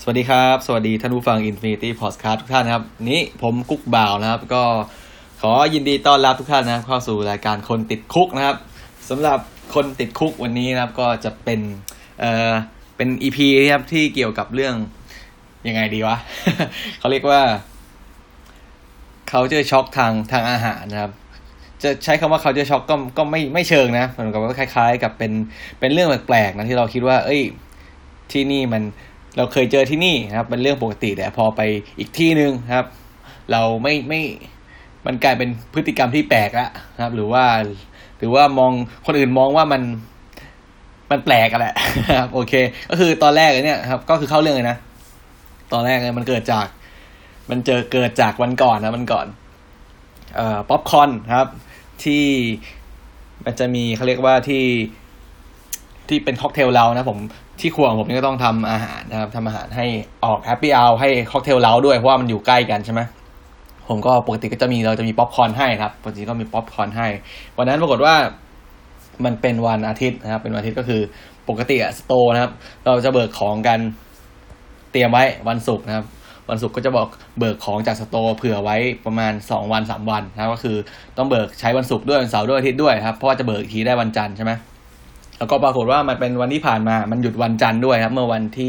สวัสดีครับสวัสดีท่านผู้ฟัง Infinity Podcast ทุกท่านครับนี้ผมกุ๊กบ่าวนะครับก็ขอยินดีต้อนรับทุกท่านนะครับเข้าสู่รายการคนติดคุกนะครับสำหรับคนติดคุกวันนี้นะครับก็จะเป็น EP นะครับที่เกี่ยวกับเรื่องยังไงดีวะ เขาเรียกว่า culture shock ทางอาหารนะครับจะใช้คำว่า culture shock ก็ไม่เชิงนะเหมือนกับว่าคล้ายๆกับเป็นเรื่องแปลกๆนะที่เราคิดว่าที่นี่เราเคยเจอที่นี่นะครับเป็นเรื่องปกติแต่พอไปอีกที่นึงครับเราไม่มันกลายเป็นพฤติกรรมที่แปลกแล้วนะครับหรือว่ามองคนอื่นมองว่ามันแปลกกันแหละครับโอเคก็คือตอนแรกเนี่ยครับก็คือเข้าเรื่องเลยนะตอนแรกเนี่ยมันเกิดจากวันก่อนป๊อปคอร์นครับที่มันจะมีเขาเรียกว่าที่เป็นค็อกเทลเรานะผมที่ครัวของผมนี่ก็ต้องทำอาหารนะครับทำอาหารให้ออกแฮปปี้เอาให้ค็อกเทลเราด้วยเพราะว่ามันอยู่ใกล้กันใช่ไหมผมก็ปกติก็เราจะมีป๊อปคอร์นให้ครับปกติก็มีป๊อปคอร์นให้วันนั้นปรากฏว่ามันเป็นวันอาทิตย์นะครับเป็นวันอาทิตย์ก็คือปกติสโตร์นะครับเราจะเบิกของกันเตรียมไว้วันศุกร์นะครับวันศุกร์ก็จะบอกเบิกของจากสโตร์เผื่อไว้ประมาณ2วัน3วันนะครับก็คือต้องเบิกใช้วันศุกร์ด้วยวันเสาร์ด้วยอาทิตย์ด้วยครับเพราะว่าจะเบิกอีกทีได้วันจันทร์ใช่ไหมแล้วก็ปรากฏว่ามันเป็นวันที่ผ่านมามันหยุดวันจันทร์ด้วยครับเมื่อวันที่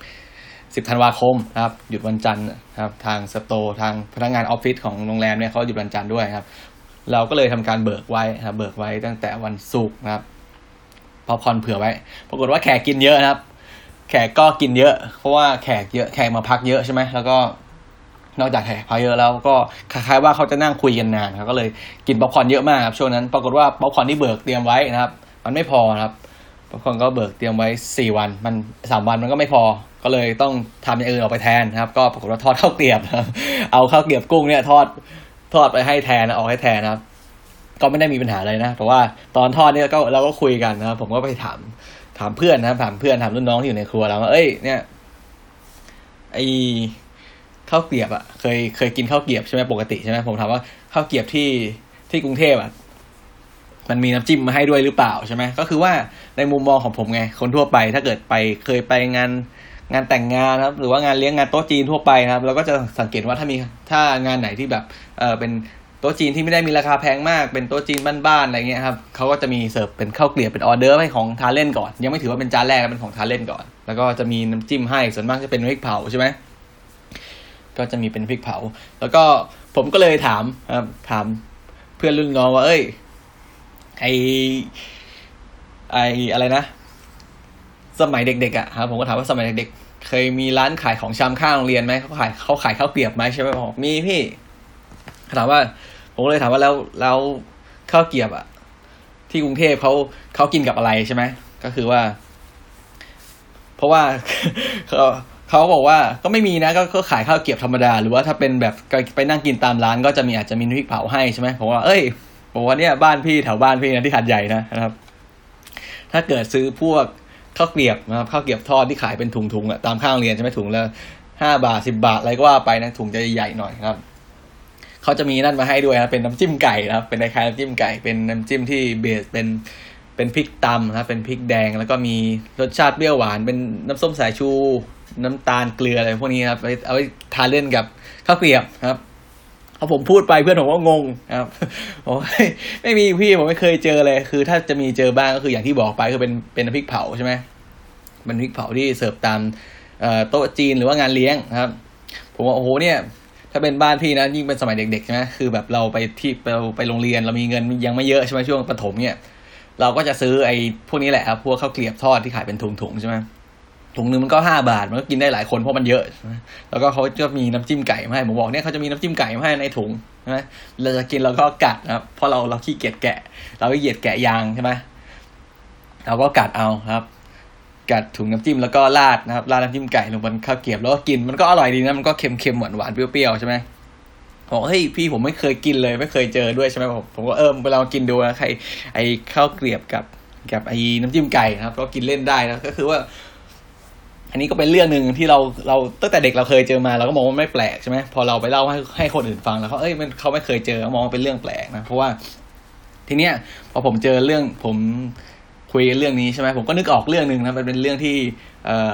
10ธันวาคมนะครับหยุดวันจันทร์ครับทางสโตร์ทางพนักงานออฟฟิศของโรงแรมเนี่ยเขาหยุดวันจันทร์ด้วยครับเราก็เลยทำการเบิกไว้ครับเบิกไว้ตั้งแต่วันศุกร์นะครับป๊อปคอร์นเผื่อไว้ปรากฏว่าแขกกินเยอะนะครับแขกก็กินเยอะเพราะว่าแขกมาพักเยอะใช่ไหมแล้วก็นอกจากแขกพักเยอะแล้วก็คล้ายๆว่าเขาจะนั่งคุยกันนานครับก็เลยกินป๊อปคอร์นเยอะมากครับช่วงนั้นปรากฏว่าป๊อปคอร์นที่เบิกเตรียมไว้นะครับมันไม่พอครับป๊อปคอร์นก็เบิกเตรียมไว้4วันมัน3วันมันก็ไม่พอก็เลยต้องทำอย่างอื่นออกไปแทนนะครับก็ปรากฏว่าทอดข้าวเกรียบนะครับเอาข้าวเกรียบกุ้งเนี่ยทอดไปให้แทนออกให้แทนนะครับก็ไม่ได้มีปัญหาอะไรนะแต่ว่าตอนทอดเนี่ยเราก็คุยกันนะครับผมก็ไปถามเพื่อนนะครับถามรุ่นน้องที่อยู่ในครัวเราว่าเนี่ยไอข้าวเกรียบเคยกินข้าวเกรียบใช่ไหมปกติใช่ไหมผมถามว่าข้าวเกรียบที่กรุงเทพมันมีน้ำจิ้มมาให้ด้วยหรือเปล่าใช่ไหมก็คือว่าในมุมมองของผมไงคนทั่วไปถ้าเกิดเคยไปงานแต่งงานครับหรือว่างานเลี้ยงงานโต๊ะจีนทั่วไปครับเราก็จะสังเกตว่าถ้างานไหนที่แบบเป็นโต๊ะจีนที่ไม่ได้มีราคาแพงมากเป็นโต๊ะจีนบ้านๆอะไรเงี้ยครับเขาก็จะมีเสิร์ฟเป็นข้าวเกรียบเป็นออเดอร์ให้ของทานเล่นก่อนยังไม่ถือว่าเป็นจานแรกเป็นของทานเล่นก่อนแล้วก็จะมีน้ำจิ้มให้ส่วนมากจะเป็นพริกเผาใช่ไหมก็จะมีเป็นพริกเผาแล้วก็ผมก็เลยถามเพื่อนรุ่นน้องว่าอะไรนะสมัยเด็กๆครับผมก็ถามว่าสมัยเด็กๆเคยมีร้านขายของชำข้างโรงเรียนไหมเขาขายข้าวเกรียบไหมใช่ไหมบอกมีพี่ถามว่าผมก็เลยถามว่าแล้วข้าวเกรียบที่กรุงเทพเขากินกับอะไรใช่ไหมก็คือว่าเพราะว่า เขาบอกว่าก็ไม่มีนะก็ขายข้าวเกรียบธรรมดาหรือว่าถ้าเป็นแบบไปนั่งกินตามร้านก็อาจจะมีพริกเผาให้ใช่ไหมผมว่าผมว่าเนี่ยบ้านพี่แถวบ้านพี่นะที่หาดใหญ่นะครับถ้าเกิดซื้อพวกข้าวเกรียบนะครับข้าวเกรียบทอดที่ขายเป็นถุงตามข้างโรงเรียนใช่ไหมถุงละ5 บาท10 บาทอะไรก็ว่าไปนะถุงจะใหญ่หน่อยครับเขาจะมีนั่นมาให้ด้วยนะเป็นน้ำจิ้มไก่นะครับเป็นคล้ายๆน้ำจิ้มไก่เป็นน้ำจิ้มที่เบสเป็นพริกตำนะครับเป็นพริกแดงแล้วก็มีรสชาติเปรี้ยวหวานเป็นน้ำส้มสายชูน้ำตาลเกลืออะไรพวกนี้ครับเอาไว้ทานเล่นกับข้าวเกรียบครับพอผมพูดไปเพื่อนผมก็งงครับโอ้ยไม่มีพี่ผมไม่เคยเจอเลยคือถ้าจะมีเจอบ้างก็คืออย่างที่บอกไปคือเป็นน้ำพริกเผาใช่ไหมเป็นพริกเผาที่เสิร์ฟตามโต๊ะจีนหรือว่างานเลี้ยงครับผมว่าโอ้โหเนี่ยถ้าเป็นบ้านพี่นะยิ่งเป็นสมัยเด็กๆใช่ไหมคือแบบเราไปโรงเรียนเรามีเงินยังไม่เยอะใช่ไหมช่วงประถมเนี่ยเราก็จะซื้อพวกนี้แหละครับพวกข้าวเกรียบทอดที่ขายเป็นถุงใช่ไหมถุงนึงมันก็5 บาทมันก็กินได้หลายคนเพราะมันเยอะแล้วก็เขาจะมีน้ำจิ้มไก่มาให้ผมบอกเนี่ยเขาจะมีน้ำจิ้มไก่มาให้ในถุงใช่ไหมเราจะกินเราก็กัดนะครับเพราะเราขี้เกียจแกะเราขี้เกียจแกะยางใช่ไหมเราก็กัดเอาครับกัดถุงน้ำจิ้มแล้วก็ราดนะครับราดน้ำจิ้มไก่ลงบนข้าวเกรียบแล้วก็กินมันก็อร่อยดีนะมันก็เค็มๆหวานๆเปรี้ยวๆใช่ไหมบอกพี่ผมไม่เคยกินเลยไม่เคยเจอด้วยใช่ไหมผมก็ไปลองกินดูนะข้าวเกรียบกับน้ำจิ้มไก่นะครับก็กินเล่นได้นะก็คือว่าอันนี้ก็เป็นเรื่องนึงที่เราตั้งแต่เด็กเราเคยเจอมาเราก็มองว่าไม่แปลกใช่ไหมพอเราไปเล่าให้คนอื่นฟังแล้วเขาไม่เคยเจอมองว่าเป็นเรื่องแปลกนะเพราะว่าทีเนี้ยพอผมเจอเรื่องผมคุยเรื่องนี้ใช่ไหมผมก็นึกออกเรื่องนึงนะมันเป็นเรื่องที่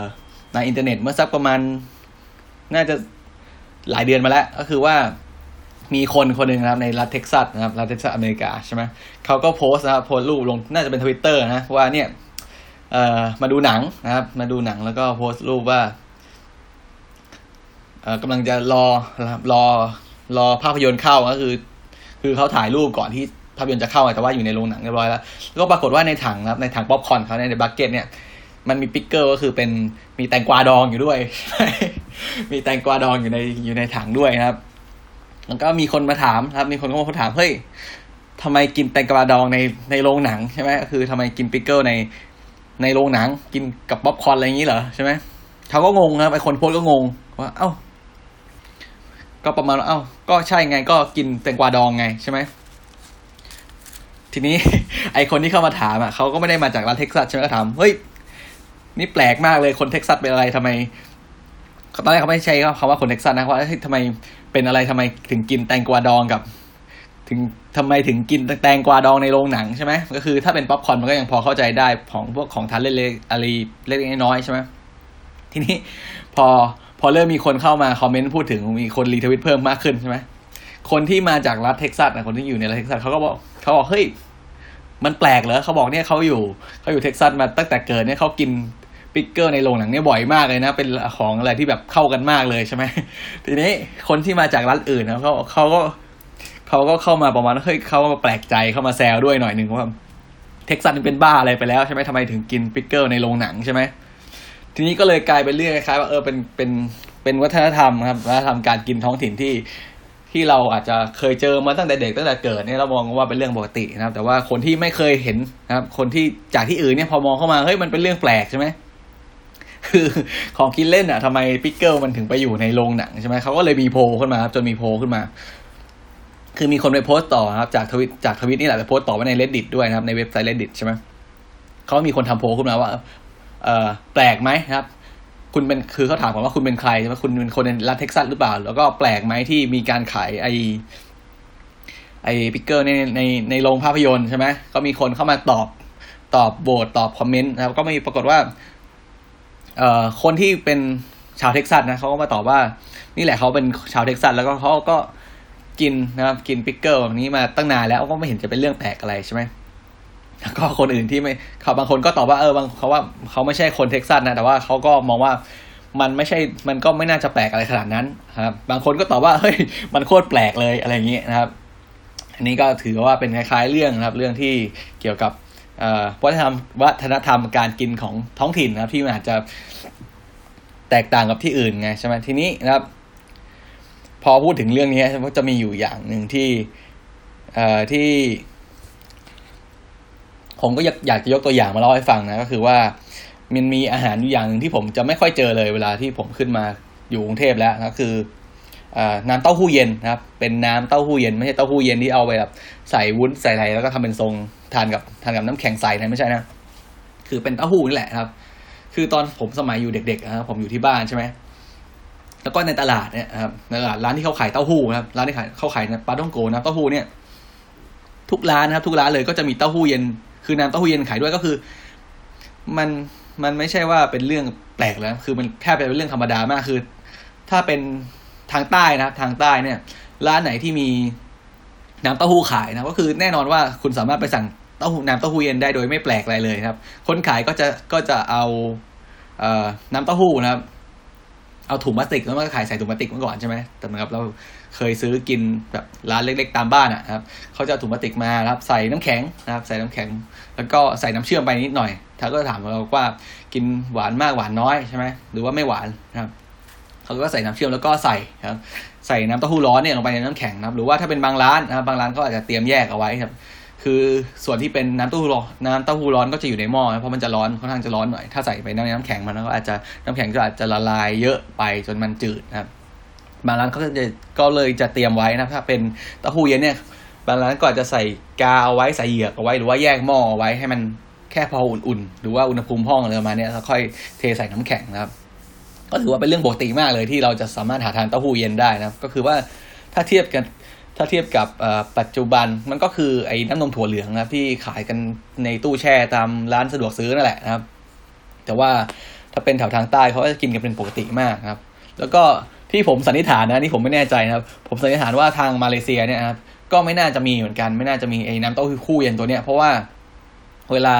ในอินเทอร์เน็ตเมื่อสักประมาณน่าจะหลายเดือนมาแล้วก็คือว่ามีคนหนึ่งนะครับในรัฐเท็กซัสนะครับรัฐเท็กซัสอเมริกาใช่ไหมเขาก็โพสต์นะครับโพสต์รูปลงน่าจะเป็น Twitter นะว่าเนี่ยมาดูหนังนะครับมาดูหนังแล้วก็โพสต์รูปว่ากำลังจะรอภาพยนตร์เข้าก็คือเขาถ่ายรูปก่อนที่ภาพยนตร์จะเข้าแต่ว่าอยู่ในโรงหนังเรียบร้อยแล้วก็ปรากฏว่าในถังนะครับในถังป๊อปคอร์นเขาในบัคเก็ตเนี่ยมันมีปิกเกอร์ก็คือเป็นมีแตงกวาดองอยู่ด้วย มีแตงกวาดองอยู่ในถังด้วยนะครับแล้วก็มีคนมาถามครับมีคนก็มาถามเฮ้ยทำไมกินแตงกวาดองในโรงหนังใช่ไหมคือทำไมกินปิกเกิลในโรงหนังกินกับป๊อปคอร์นอะไรอย่างนี้เหรอใช่ไหมเขาก็งงครับไอคนโพสก็งงว่าเอ้าก็ประมาณว่าเอ้าก็ใช่ไงก็กินแตงกวาดองไงใช่ไหมทีนี้ ไอคนที่เข้ามาถามอ่ะเขาก็ไม่ได้มาจากรัฐเท็กซัสใช่ไหมก็ถามเฮ้ยนี่แปลกมากเลยคนเท็กซัสเป็นอะไรทำไมตอนแรกเขาไม่ใช่คำว่าคนเท็กซัสนะว่าทำไมเป็นอะไรทำไมถึงกินแตงกวาดองกับทำไมถึงกินแตงกวาดองในโรงหนังใช่ไหมก็คือถ้าเป็นป๊อปคอร์นมันก็ยังพอเข้าใจได้ของพวกของทานเล็กๆอะไรเล็กๆน้อยๆใช่ไหมทีนี้พอเริ่มมีคนเข้ามาคอมเมนต์พูดถึงมีคนรีทวิตเพิ่มมากขึ้นใช่ไหมคนที่มาจากรัฐเท็กซัสคนที่อยู่ในรัฐเท็กซัสเขาบอกเฮ้ยมันแปลกเหรอเขาบอกเนี่ยเขาอยู่เท็กซัสมาตั้งแต่เกิดเนี่ยเขากินปิกเกอร์ในโรงหนังเนี่ยบ่อยมากเลยนะเป็นของอะไรที่แบบเข้ากันมากเลยใช่ไหมทีนี้คนที่มาจากรัฐอื่นนะเขาก็เข้ามาประมาณเฮ้ยเขามาแปลกใจเข้ามาแซวด้วยหน่อยนึงว่าเท็กซัสเป็นบ้าอะไรไปแล้วใช่ไหมทำไมถึงกินปิกเกอร์ในโรงหนังใช่ไหมทีนี้ก็เลยกลายเป็นเรื่องคล้ายๆว่าเป็นวัฒนธรรมครับวัฒนธรรมการกินท้องถิ่นที่เราอาจจะเคยเจอมาตั้งแต่เด็กตั้งแต่เกิดเนี่ยเรามองว่าเป็นเรื่องปกตินะครับแต่ว่าคนที่ไม่เคยเห็นนะครับคนที่จากที่อื่นเนี่ยพอมองเข้ามาเฮ้ยมันเป็นเรื่องแปลกใช่ไหมคือของกินเล่นอ่ะทำไมปิกเกิลมันถึงไปอยู่ในโรงหนังใช่ไหมเขาก็เลยมีโพลขึ้นมาครับจนมีโพลขึ้นมาคือมีคนไปโพสต์ต่อครับจากทวิตนี่แหละไปโพสต์ต่อไว้ใน Reddit ด้วยนะครับในเว็บไซต์ Reddit ใช่ไหมเขามีคนทำโพลขึ้นมาว่าแปลกไหมครับคุณเป็นคือเขาถามผมว่าคุณเป็นใครใช่ไหมคุณเป็นคนในรัฐเท็กซัสหรือเปล่าแล้วก็แปลกไหมที่มีการขายไอปิกเกอร์ในโรงภาพยนตร์ใช่ไหมก็มีคนเข้ามาตอบโบสตอบคอมเมนต์นะครับก็มีปรากฏว่าคนที่เป็นชาวเท็กซัสนะเขาก็มาตอบว่านี่แหละเขาเป็นชาวเท็กซัสแล้วก็เขาก็กินนะครับกินปิกเกิลแบบนี้มาตั้งนานแล้วก็ไม่เห็นจะเป็นเรื่องแปลกอะไรใช่ไหมแล้วก็คนอื่นที่ไม่เขาบางคนก็ตอบว่าบางเขาว่าเขาไม่ใช่คนเท็กซัสนะแต่ว่าเขาก็มองว่ามันไม่ใช่มันก็ไม่น่าจะแปลกอะไรขนาดนั้นครับบางคนก็ตอบว่าเฮ้ยมันโคตรแปลกเลยอะไรอย่างเงี้ยนะครับอันนี้ก็ถือว่าเป็นคล้ายๆเรื่องนะครับเรื่องที่เกี่ยวกับวัฒนธรรมการกินของท้องถิ่นนะครับที่มันอาจจะแตกต่างกับที่อื่นไงใช่ไหมทีนี้นะครับพอพูดถึงเรื่องนี้ก็จะมีอยู่อย่างหนึ่งที่ผมก็อยากจะยกตัวอย่างมาเล่าให้ฟังนะก็คือว่ามันมีอาหารอยู่อย่างหนึ่งที่ผมจะไม่ค่อยเจอเลยเวลาที่ผมขึ้นมาอยู่กรุงเทพแล้วนะคือน้ำเต้าหู้เย็นนะครับเป็นน้ำเต้าหู้เย็นไม่ใช่เต้าหู้เย็นที่เอาไปแบบใส่วุ้นใส่อะไรแล้วก็ทำเป็นทรงทานกับน้ำแข็งใสนะไม่ใช่นะคือเป็นเต้าหู้นี่แหละครับคือตอนผมสมัยอยู่เด็กๆนะครับผมอยู่ที่บ้านใช่ไหมแล้วก็ในตลาดเนี่ยครับในตลาดร้านที่เขาขายเต้าหู้นะครับร้านที่เขาขายปลาท่องโกน้ำเต้าหู้เนี่ยทุกร้านนะครับทุกร้านเลยก็จะมีเต้าหู้เย็นคือน้ำเต้าหู้เย็นขายด้วยก็คือมันไม่ใช่ว่าเป็นเรื่องแปลกแล้วคือมันแค่เป็นเรื่องธรรมดามากคือถ้าเป็นทางใต้นะครับทางใต้เนี่ยร้านไหนที่มีน้ำเต้าหู้ขายนะก็คือแน่นอนว่าคุณสามารถไปสั่งน้ำเต้าหู้เย็นได้โดยไม่แปลกอะไรเลยครับคนขายก็จะเอาน้ำเต้าหู้นะครับเอาถุงพลาสติกแล้วมันก็ขายใส่ถุงพลาสติกมาก่อนใช่ไหมแต่เหมือนกับเราเคยซื้อกินแบบร้านเล็กๆตามบ้านนะครับเขาจะเอาถุงพลาสติกมาครับใส่น้ำแข็งนะครับใส่น้ำแข็งแล้วก็ใส่น้ำเชื่อมไปนิดหน่อยถ้าก็ถามเราว่ากินหวานมากหวานน้อยใช่ไหมหรือว่าไม่หวานนะครับเขาก็ใส่น้ำเชื่อมแล้วก็ใส่ครับใส่น้ำเต้าหู้ร้อนเนี่ยลงไปในน้ำแข็งนะครับหรือว่าถ้าเป็นบางร้านนะครับบางร้านก็อาจจะเตรียมแยกเอาไว้ครับคือส่วนที่เป็นน้ำเต้าหู้ร้อนก็จะอยู่ในหม้อเพราะมันจะร้อนค่อนข้างจะร้อนหน่อยถ้าใส่ไปในน้ำแข็งมันก็อาจจะน้ำแข็งก็อาจจะละลายเยอะไปจนมันจืดนะครับบางร้านก็เลยจะเตรียมไว้นะถ้าเป็นเต้าหู้เย็นเนี่ยบางร้านก็อาจจะใส่กาเอาไว้ใส่เหยือกเอาไว้หรือว่าแยกหม้อเอาไว้ให้มันแค่พออุ่นๆหรือว่าอุณหภูมิห้องอะไรประมาณนี้แล้วค่อยเทใส่น้ำแข็งนะครับก็ถือว่าเป็นเรื่องปกติมากเลยที่เราจะสามารถหาทานเต้าหู้เย็นได้นะครับก็คือว่าถ้าเทียบกับปัจจุบันมันก็คือไอ้น้ำนมถั่วเหลืองนะครับที่ขายกันในตู้แช่ตามร้านสะดวกซื้อนั่นแหละนะครับแต่ว่าถ้าเป็นแถวทางใต้เขาจะกินกันเป็นปกติมากครับแล้วก็ที่ผมสันนิษฐานนะนี่ผมไม่แน่ใจนะครับผมสันนิษฐานว่าทางมาเลเซียเนี่ยครับก็ไม่น่าจะมีเหมือนกันไม่น่าจะมีไอ้น้ำเต้าหู้เย็นตัวเนี้ยเพราะว่าเวลา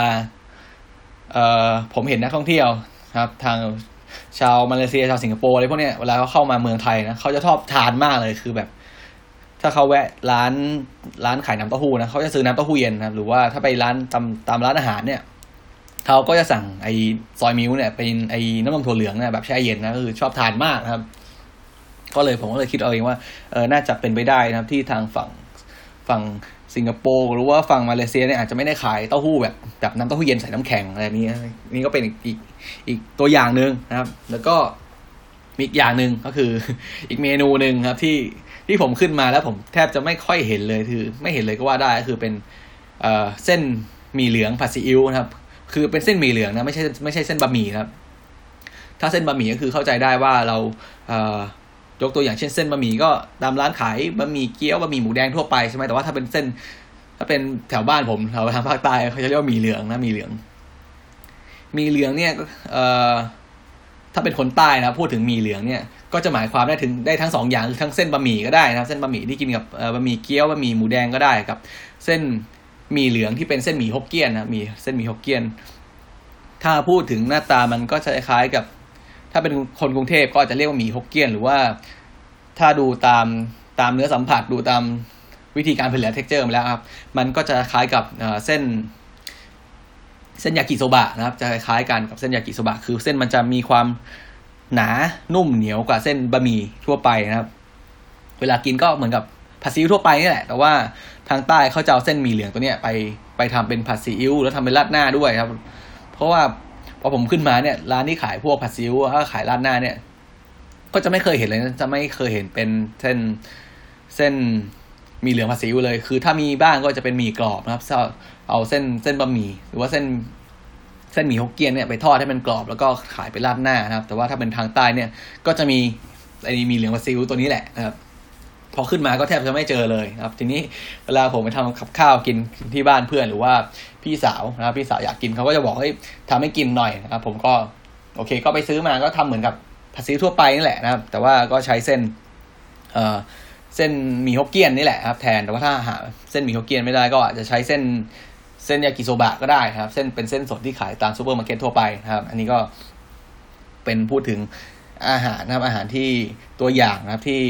ผมเห็นนักท่องเที่ยวครับทางชาวมาเลเซียชาวสิงคโปร์อะไรพวกเนี้ยเวลาเขาเข้ามาเมืองไทยนะเขาจะชอบทานมากเลยคือแบบถ้าเขาแวะร้านขายน้ำเต้าหู้นะเขาจะซื้อน้ำเต้าหู้เย็นนะครับหรือว่าถ้าไปร้านตามร้านอาหารเนี่ยเขาก็จะสั่งไอ้ซอยมิลค์เนี่ยเป็นไอ้น้ำนมถั่วเหลืองเนี่ยแบบแช่เย็นนะก็คือชอบทานมากนะครับผมก็เลยคิดเอาเองว่าน่าจะเป็นไปได้นะครับที่ทางฝั่งสิงคโปร์หรือว่าฝั่งมาเลเซียเนี่ยอาจจะไม่ได้ขายเต้าหู้แบบน้ำเต้าหู้เย็นใส่น้ำแข็งอะไรนี้นี่ก็เป็นอีกตัวอย่างนึงนะครับแล้วก็มีอีกอย่างนึงก็คือ อีกเมนูนึงครับที่ผมขึ้นมาแล้วผมแทบจะไม่ค่อยเห็นเลยคือไม่เห็นเลยก็ว่าได้ก็คือเป็นเส้นหมี่เหลืองผัดซีอิ๊วนะครับคือเป็นเส้นหมี่เหลืองนะไม่ใช่เส้นบะหมี่นะครับถ้าเส้นบะหมี่ก็คือเข้าใจได้ว่าเรายกตัวอย่างเช่นเส้นบะหมี่ก็ตามร้านขายบะหมี่เกี๊ยวบะหมี่หมูแดงทั่วไปใช่ไหมแต่ว่าถ้าเป็นแถวบ้านผมแถวทางภาคใต้เขาจะเรียกว่าหมี่เหลืองนะหมี่เหลืองเนี่ยถ้าเป็นคนใต้นะพูดถึงหมี่เหลืองเนี่ยก็จะหมายความได้ทั้งสองอย่างทั้งเส้นบะหมี่ก็ได้นะเส้นบะหมี่ที่กินกับบะหมี่เกี๊ยวบะหมี่หมูแดงก็ได้กับเส้นหมี่เหลืองที่เป็นเส้นหมี่ฮกเกี้ยนนะเส้นหมี่ฮกเกี้ยนถ้าพูดถึงหน้าตามันก็จะคล้ายกับถ้าเป็นคนกรุงเทพก็อาจจะเรียกว่าหมี่ฮกเกี้ยนหรือว่าถ้าดูตามเนื้อสัมผัสดูตามวิธีการผลิต texture มาแล้วครับมันก็จะคล้ายกับเส้นยากิโซบะนะครับจะคล้ายกันกับเส้นยากิโซบะคือเส้นมันจะมีความหนานุ่มเหนียวกว่าเส้นบะหมี่ทั่วไปนะครับเวลากินก็เหมือนกับผัดซีอิ๊วทั่วไปนี่แหละแต่ว่าทางใต้เขาจะเอาเส้นหมี่เหลืองตัวเนี้ยไปทำเป็นผัดซีอิ๊วแล้วทำเป็นราดหน้าด้วยครับเพราะว่าพอผมขึ้นมาเนี่ยร้านที่ขายพวกผัดซีอิ๊วถ้าขายราดหน้าเนี่ยก็จะไม่เคยเห็นเลยนะจะไม่เคยเห็นเป็นเส้นหมี่เหลืองผัดซีอิ๊วเลยคือถ้ามีบ้างก็จะเป็นหมี่กรอบนะครับเอาเส้นบะหมี่หรือว่าเส้นหมี่ฮกเกี้ยนเนี่ยไปทอดให้มันกรอบแล้วก็ขายเป็นราดหน้านะครับแต่ว่าถ้าเป็นทางใต้เนี่ยก็จะมีไอ้หมี่เหลืองผัดซีอิ๊วตัวนี้แหละนะครับพอขึ้นมาก็แทบจะไม่เจอเลยครับทีนี้เวลาผมไปทำกับข้าวกินที่บ้านเพื่อนหรือว่าพี่สาวนะครับพี่สาวอยากกินเขาก็จะบอกให้ทำให้กินหน่อยนะครับผมก็โอเคก็ไปซื้อมาก็ทำเหมือนกับผัดซีอิ๊วทั่วไปนี่แหละนะครับแต่ว่าก็ใช้เส้นหมี่ฮกเกี้ยนนี่แหละครับแทนแต่ว่าถ้าหาเส้นหมี่ฮกเกี้ยนไม่ได้ก็อาจจะใช้เส้นยากิโซบะก็ได้ครับเป็นเส้นสดที่ขายตามซูเปอร์มาร์เก็ตทั่วไปนะครับอันนี้ก็เป็นพูดถึงอาหารนะครับอาหารที่ตัวอย่างนะครับที่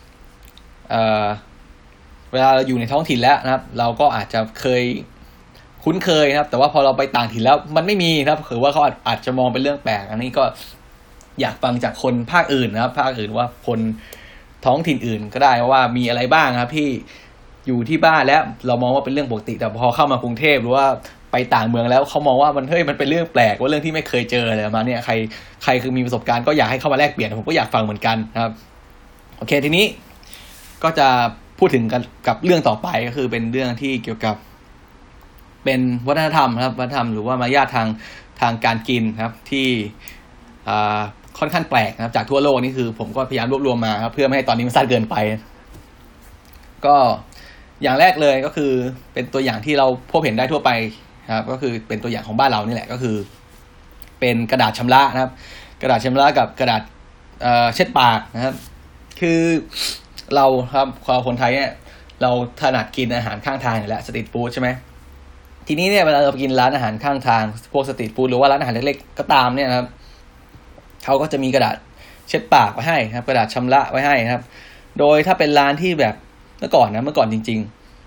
เวลาเราอยู่ในท้องถิ่นแล้วนะครับเราก็อาจจะเคยคุ้นเคยนะครับแต่ว่าพอเราไปต่างถิ่นแล้วมันไม่มีนะครับหรือว่าเขาอาจจะมองเป็นเรื่องแปลกอันนี้ก็อยากฟังจากคนภาคอื่นนะครับภาคอื่นว่าคนท้องถิ่นอื่นก็ได้ว่ามีอะไรบ้างครับที่อยู่ที่บ้านแล้วเรามองว่าเป็นเรื่องปกติแต่พอเข้ามากรุงเทพหรือว่าไปต่างเมืองแล้วเขามองว่ามันเป็นเรื่องแปลกว่าเรื่องที่ไม่เคยเจออะไรมาเนี่ยใครคือมีประสบการณ์ก็อยากให้เข้ามาแลกเปลี่ยนผมก็อยากฟังเหมือนกันนะครับโอเคทีนี้ก็จะพูดถึงกับเรื่องต่อไปก็คือเป็นเรื่องที่เกี่ยวกับเป็นวัฒนธรรมครับวัฒนธรรมหรือว่ามารยาททางการกินครับที่ค่อนข้างแปลกนะครับจากทั่วโลกนี่คือผมก็พยายามรวบรวมมาครับเพื่อไม่ให้ตอนนี้มันสั้นเกินไปก็อย่างแรกเลยก็คือเป็นตัวอย่างที่เราพบเห็นได้ทั่วไปครับก็คือเป็นตัวอย่างของบ้านเรานี่แหละก็คือเป็นกระดาษชำระนะครับกระดาษชำระกับกระดาษเช็ดปากนะครับคือเราครับคนไทยเนี่ยเราถนัดกินอาหารข้างทางอยู่แล้วสตรีทฟู้ดใช่ไหมทีนี้เนี่ยเวลาเราไปกินร้านอาหารข้างทางพวกสตรีทฟู้ดหรือว่าร้านอาหารเล็กๆก็ตามเนี่ยนะครับเขาก็จะมีกระดาษเช็ดปากไว้ให้ครับกระดาษชำระไว้ให้ครับโดยถ้าเป็นร้านที่แบบเมื่อก่อนจริง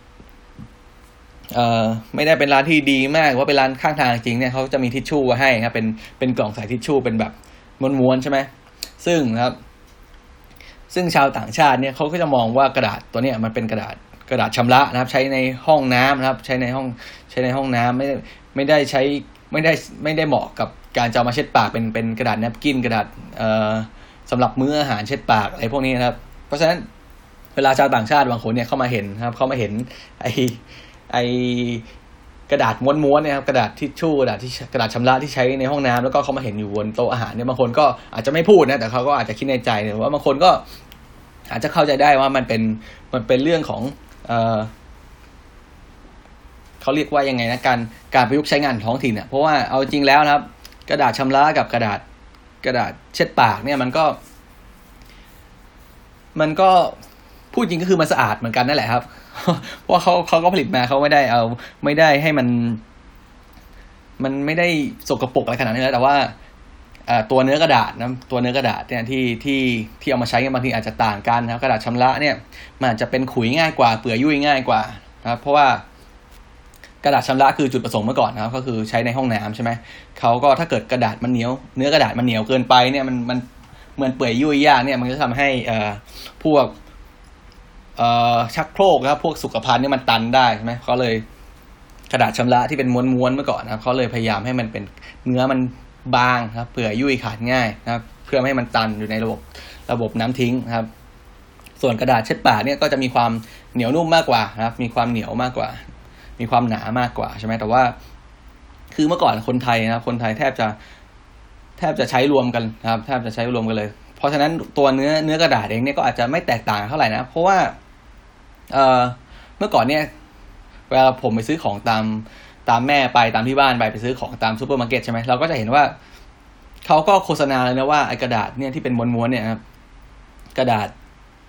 ๆไม่ได้เป็นร้านที่ดีมากว่าเป็นร้านข้างทางจริงเนี่ยเขาจะมีทิชชู่ไว้ให้ครับเป็นกล่องใส่ทิชชู่เป็นแบบม้วนๆใช่ไหมซึ่งชาวต่างชาติเนี่ยเขาก็จะมองว่ากระดาษตัวเนี้ยมันเป็นกระดาษชำระนะครับใช้ในห้องน้ำนะครับใช้ในห้องน้ำไม่ได้เหมาะกับการจะมาเช็ดปากเป็นกระดาษแนปกินกระดาษสำหรับมื้ออาหารเช็ดปากอะไรพวกนี้นะครับเพราะฉะนั้นเวลาชาวต่างชาติบางคนเนี่ยเข้ามาเห็นครับเขามาเห็นไอกระดาษม้วนๆเนี่ยครับกระดาษทิชชู่กระดาษชำระที่ใช้ในห้องน้ำแล้วก็เขามาเห็นอยู่บนโต๊ะอาหารเนี่ยบางคนก็อาจจะไม่พูดนะแต่เขาก็อาจจะคิดในใจหรือว่าบางคนก็อาจจะเข้าใจได้ว่ามันเป็นเรื่องของเขาเรียกว่ายังไงนะการประยุกต์ใช้งานท้องถิ่นเนี่ยเพราะว่าเอาจริงแล้วนะครับกระดาษชำระกับกระดาษกระดาษเช็ดปากเนี่ยมันก็พูดจริงก็คือมันสะอาดเหมือนกันนั่นแหละครับ เพราะเขาก็ผลิตมาเขาไม่ได้ให้มันไม่ได้สกปรกอะไรขนาดนั้นแต่ว่าตัวเนื้อกระดาษนะตัวเนื้อกระดาษเนี่ยที่เอามาใช้กันบางทีอาจจะต่างกันนะครับกระดาษชำระเนี่ยมันอาจจะเป็นขุยง่ายกว่าเปื่อยยุ่ยง่ายกว่านะครับเพราะว่ากระดาษชำระคือจุดประสงค์เมื่อก่อนนะครับก็คือใช้ในห้องน้ำใช่ไหมเขาก็ถ้าเกิดกระดาษมันเหนียวเนื้อกระดาษมันเหนียวเกินไปเนี่ยมันเหมือนเปื่อยยุ่ยยากเนี่ยมันจะทำให้พวกชักโครกครับพวกสุขภัณฑ์เนี่ยมันตันได้ใช่ไหมเขาเลยกระดาษชำระที่เป็นม้วนๆเมื่อก่อนนะครับเขาเลยพยายามให้มันเป็นเนื้อมันบางครับเปื่อยยุ่ยขาดง่ายนะครับเพื่อไม่ให้มันตันอยู่ในระบบน้ำทิ้งนะครับส่วนกระดาษเช็ดปากเนี่ยก็จะมีความเหนียวนุ่มมากกว่านะครับมีความเหนียวมากกว่ามีความหนามากกว่าใช่ไหมแต่ว่าคือเมื่อก่อนคนไทยนะครับคนไทยแทบจะใช้รวมกันนะครับแทบจะใช้รวมกันเลยเพราะฉะนั้นตัวเนื้อกระดาษเองเนี่ยก็อาจจะไม่แตกต่างเท่าไหร่นะเพราะว่าเมื่อก่อนเนี่ยเวลาผมไปซื้อของตามแม่ไปตามที่บ้านไปซื้อของตามซูเปอร์มาร์เก็ตใช่ไหมเราก็จะเห็นว่าเขาก็โฆษณาเลยนะว่าไอ้กระดาษเนี่ยที่เป็นม้วนๆเนี่ยครับกระดาษ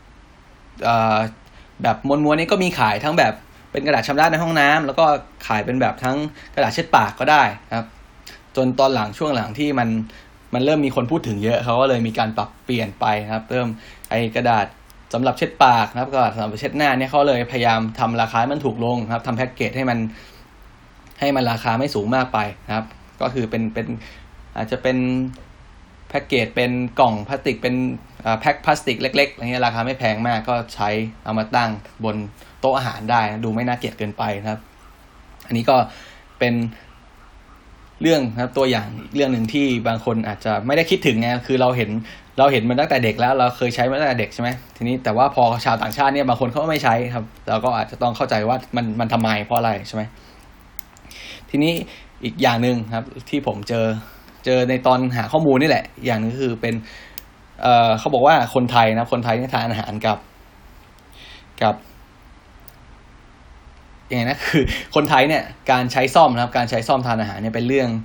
แบบม้วนๆนี่ก็มีขายทั้งแบบเป็นกระดาษชำระในห้องน้ำแล้วก็ขายเป็นแบบทั้งกระดาษเช็ดปากก็ได้ครับจนตอนหลังช่วงหลังที่มันเริ่มมีคนพูดถึงเยอะเขาก็เลยมีการปรับเปลี่ยนไปครับเริ่มไอ้กระดาษสำหรับเช็ดปากนะครับกระดาษสำหรับเช็ดหน้าเนี่ยเขาเลยพยายามทำราคาให้มันถูกลงครับทำแพ็กเกจให้มันราคาไม่สูงมากไปนะครับก็คือเป็นอาจจะเป็นแพ็กเกจเป็นกล่องพลาสติกเป็นแพ็คพลาสติกเล็กๆอะไรเงี้ยราคาไม่แพงมากก็ใช้เอามาตั้งบนโต๊ะอาหารได้นะดูไม่น่าเกลียดเกินไปนะครับอันนี้ก็เป็นเรื่องนะครับตัวอย่างเรื่องหนึ่งที่บางคนอาจจะไม่ได้คิดถึงไงคือเราเห็นมันตั้งแต่เด็กแล้วเราเคยใช้มาตั้งแต่เด็กใช่ไหมทีนี้แต่ว่าพอชาวต่างชาติเนี่ยบางคนเขาไม่ใช้ครับเราก็อาจจะต้องเข้าใจว่ามันทำไมเพราะอะไรใช่ไหมทีนี้อีกอย่างนึงครับที่ผมเจอในตอนหาข้อมูลนี่แหละอย่างนึงคือเป็นเขาบอกว่าคนไทยนะคนไทยเนี่ยทานอาหารกับยังไงนะคือคนไทยเนี่ยการใช้ซ่อมนะครับการใช้ซ่อมทานอาหารเนี่ยเป็นเรื่อง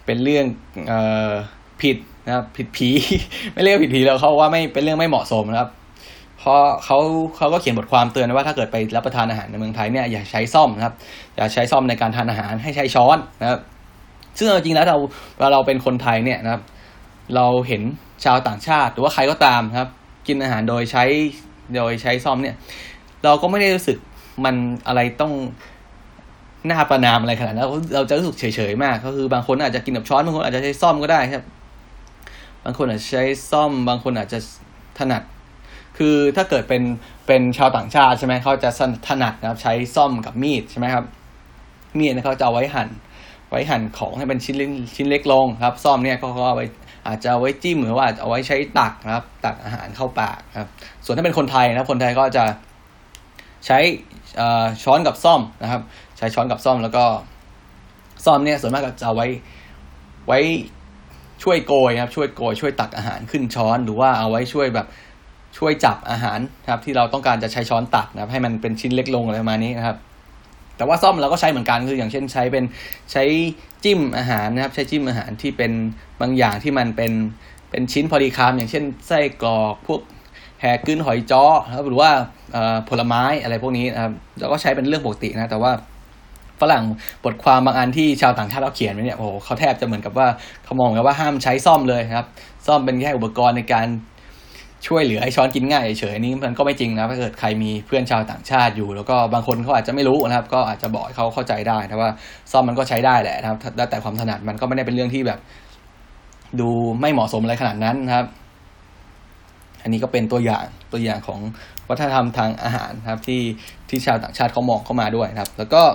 ผิดนะครับผิดผี ไม่เรียกผิดผีแล้วเขาว่าไม่เป็นเรื่องไม่เหมาะสมนะครับเพราะเขาก็เขียนบทความเตือนว่าถ้าเกิดไปรับประทานอาหารในเมืองไทยเนี่ยอย่าใช้ซ่อมนะครับอย่าใช้ซ่อมในการทานอาหารให้ใช้ช้อนนะครับซึ่งจริงๆแล้วเราเป็นคนไทยเนี่ยนะครับเราเห็นชาวต่างชาติหรือว่าใครก็ตามครับกินอาหารโดยใช้ซ่อมเนี่ยเราก็ไม่ได้รู้สึกมันอะไรต้องน่าประณามอะไรขนาดนั้นเราจะรู้สึกเฉยๆมากก็คือบางคนอาจจะกินกับช้อนบางคนอาจจะใช้ซ่อมก็ได้ครับบางคนอาจจะใช้ซ่อมบางคนอาจจะถนัดคือถ้าเกิดเป็นชาวต่างชาติใช่ไหมเขาจะถนัดนะครับใช้ซ่อมกับมีดใช่ไหมครับมีดเนี่ยเขาจะเอาไว้หั่นของให้เป็นชิ้นเล็กลงครับซ่อมเนี่ยเขาเอาไว้อาจจะเอาไว้จิ้มหรือว่าเอาไว้ใช้ตักนะครับตักอาหารเข้าปากครับส่วนถ้าเป็นคนไทยนะคนไทยก็จะใช้ช้อนกับซ่อมนะครับใช้ช้อนกับซ่อมแล้วก็ซ่อมเนี่ยส่วนมากจะเอาไว้ช่วยโกยครับช่วยตักอาหารขึ้นช้อนหรือว่าเอาไว้ช่วยจับอาหารครับที่เราต้องการจะใช้ช้อนตักนะครับให้มันเป็นชิ้นเล็กลงอะไรประมาณนี้นะครับแต่ว่าซ่อมเราก็ใช้เหมือนกันคืออย่างเช่นใช้จิ้มอาหารนะครับใช้จิ้มอาหารที่เป็นบางอย่างที่มันเป็นชิ้นพอดีคำอย่างเช่นไส้กรอกพวกแห่กึ้นหอยจ้อครับหรือว่าผลไม้อะไรพวกนี้นะครับเราก็ใช้เป็นเรื่องปกตินะแต่ว่าฝรั่งบทความบางอันที่ชาวต่างชาติเขาเขียนไว้เนี่ยโอ้โหเขาแทบจะเหมือนกับว่าเขามองกันว่าห้ามใช้ซ่อมเลยครับซ่อมเป็นแค่อุปกรณ์ในการช่วยเหลือให้ช้อนกินง่ายเฉยๆนี่มันก็ไม่จริงนะถ้าเกิดใครมีเพื่อนชาวต่างชาติอยู่แล้วก็บางคนเขาอาจจะไม่รู้นะครับก็อาจจะบอกเขาเข้าใจได้นะว่าซ่อมมันก็ใช้ได้แหละนะครับแล้วแต่ความถนัดมันก็ไม่ได้เป็นเรื่องที่แบบดูไม่เหมาะสมอะไรขนาดนั้นนะครับอันนี้ก็เป็นตัวอย่างของวัฒนธรรมทางอาหารครับที่ชาวต่างชาติเขามองเข้ามาด้วยครับแล้วก็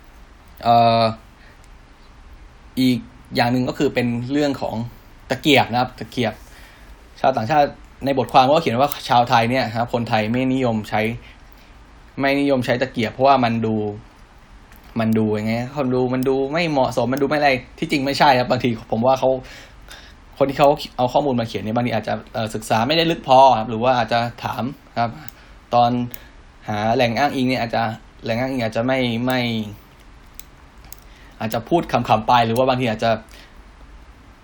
อีกอย่างหนึ่งก็คือเป็นเรื่องของตะเกียบนะครับตะเกียบชาวต่างชาติในบทความก็เขียนว่าชาวไทยเนี่ยครับคนไทยไม่นิยมใช้ตะเกียบเพราะว่ามันดูยังไงมันดูไม่เหมาะสมมันดูไม่อะไรที่จริงไม่ใช่ครับบางทีผมว่าคนที่เขาเอาข้อมูลมาเขียนเนี่ยบางทีอาจจะศึกษาไม่ได้ลึกพอครับหรือว่าอาจจะถามครับตอนหาแหล่งอ้างอิงเนี่ยอาจจะแหล่งอ้างอิงอาจจะไม่อาจจะพูดคำๆไปหรือว่าบางทีอาจจะ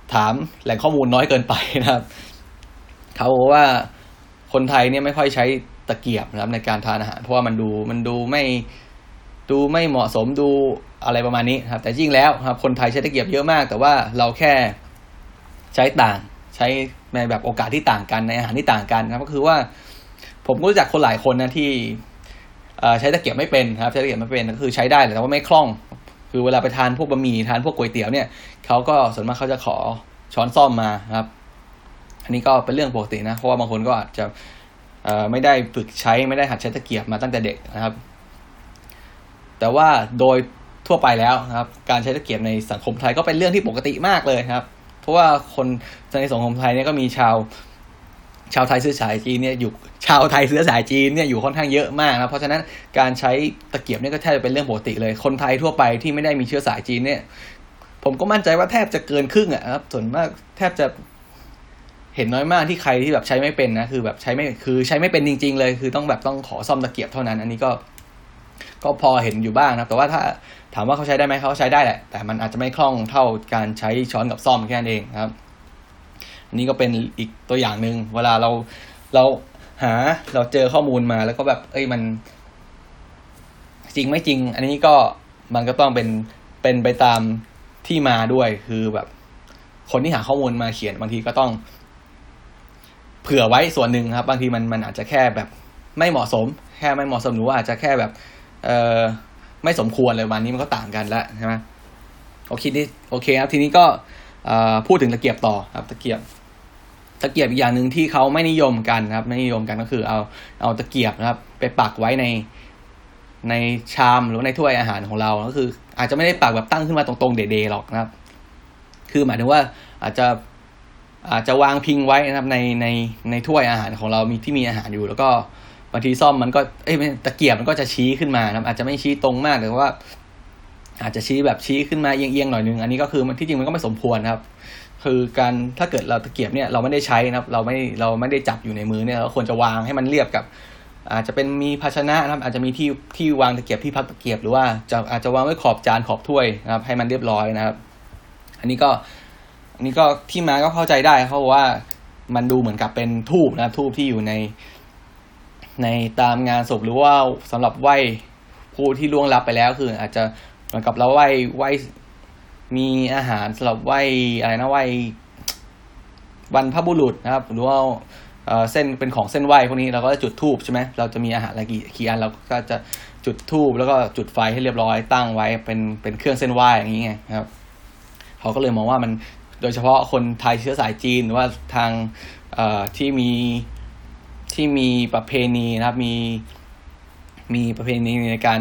ถามแหล่งข้อมูลน้อยเกินไปนะครับเขาบอกว่าคนไทยเนี่ยไม่ค่อยใช้ตะเกียบนะครับในการทานอาหารเพราะว่ามันดูไม่เหมาะสมดูอะไรประมาณนี้ครับแต่จริงแล้วครับคนไทยใช้ตะเกียบเยอะมากแต่ว่าเราแค่ใช้ในแบบโอกาสที่ต่างกันในอาหารที่ต่างกันนะครับก็คือว่าผมก็รู้จักคนหลายคนนะที่ใช้ตะเกียบไม่เป็นครับใช้ตะเกียบไม่เป็นก็คือใช้ได้แต่ว่าไม่คล่องคือเวลาไปทานพวกบะหมี่ทานพวกก๋วยเตี๋ยวเนี่ยเขาก็ส่วนมากเขาจะขอช้อนส้อมมาครับอันนี้ก็เป็นเรื่องปกตินะเพราะว่าบางคนก็อาจจะไม่ได้ฝึกใช้ไม่ได้หัดใช้ตะเกียบมาตั้งแต่เด็กนะครับแต่ว่าโดยทั่วไปแล้วนะครับการใช้ตะเกียบในสังคมไทยก็เป็นเรื่องที่ปกติมากเลยครับเพราะว่าคนในสังคมไทยเนี่ยก็มีชาวไทยเชื้อสายจีนเนี่ยอยู่ชาวไทยเชื้อสายจีนเนี่ยอยู่ค่อนข้างเยอะมากนะเพราะฉะนั้นการใช้ตะเกียบเนี่ยก็แทบจะเป็นเรื่องปกติเลยคนไทยทั่วไปที่ไม่ได้มีเชื้อสายจีนเนี่ยผมก็มั่นใจว่าแทบจะเกินครึ่งอ่ะครับส่วนมากแทบจะเห็นน้อยมากที่ใครที่แบบใช้ไม่เป็นนะคือแบบใช้ไม่เป็นจริงๆเลยคือต้องขอซ่อมตะเกียบเท่านั้นอันนี้ก็พอเห็นอยู่บ้างนะแต่ว่าถ้าถามว่าเขาใช้ได้ไหมเขาใช้ได้แหละแต่มันอาจจะไม่คล่องเท่าการใช้ช้อนกับซ่อมแค่นั้นเองครับอันนี้ก็เป็นอีกตัวอย่างนึงเวลาเราเจอข้อมูลมาแล้วก็แบบมันจริงไม่จริงอันนี้ก็มันก็ต้องเป็นไปตามที่มาด้วยคือแบบคนที่หาข้อมูลมาเขียนบางทีก็ต้องเผื่อไว้ส่วนหนึ่งครับบางทีมันอาจจะแค่แบบไม่เหมาะสมหรือว่าอาจจะแค่แบบไม่สมควรเลยวันนี้มันก็ต่างกันแล้วใช่ไหมโอเคครับทีนี้ก็พูดถึงตะเกียบต่อครับตะเกียบอีกอย่างนึงที่เขาไม่นิยมกันครับไม่นิยมกันก็คือเอาตะเกียบนะครับไปปักไว้ในชามหรือในถ้วยอาหารของเราก็คืออาจจะไม่ได้ปักแบบตั้งขึ้นมาตรงๆเด่ๆหรอกนะครับคือหมายถึงว่าอาจจะวางพิงไว้นะครับในถ้วยอาหารของเราที่มีอาหารอยู่แล้วก็บางทีซ่อมมันก็ตะเกียบมันก็จะชี้ขึ้นมานะครับอาจจะไม่ชี้ตรงมากแต่ว่าอาจจะชี้ขึ้นมาเอียงๆหน่อยนึงอันนี้ก็คือมันที่จริงมันก็ไม่สมควรครับคือการถ้าเกิดเราตะเกียบเนี่ยเราไม่ได้ใช้นะครับเราไม่ได้จับอยู่ในมือเนี่ยเราควรจะวางให้มันเรียบกับอาจจะเป็นมีภาชนะนะครับอาจจะมีที่วางตะเกียบที่พักตะเกียบหรือว่าอาจจะวางไว้ขอบจานขอบถ้วยนะครับให้มันเรียบร้อยนะครับอันนี้ก็ที่มาก็เข้าใจได้เพราะว่ามันดูเหมือนกับเป็นธูปนะครับธูปที่อยู่ในตามงานศพหรือว่าสำหรับไหว้ผู้ที่ล่วงลับไปแล้วคืออาจจะเหมือนกับเราไหว้มีอาหารสำหรับไหว้อะไรนะไหว้บรรพบุรุษนะครับหรือว่าเส้นเป็นของเส้นไหว้พวกนี้เราก็จะจุดธูปใช่ไหมเราจะมีอาหารอะไรกี่อันเราก็จะจุดธูปแล้วก็จุดไฟให้เรียบร้อยตั้งไว้เป็นเครื่องเส้นไหว้อย่างนี้ไงครับเขาก็เลยมองว่ามันโดยเฉพาะคนไทยเชื้อสายจีนหรือว่าทางที่มีประเพณีนะครับมีประเพณีในการ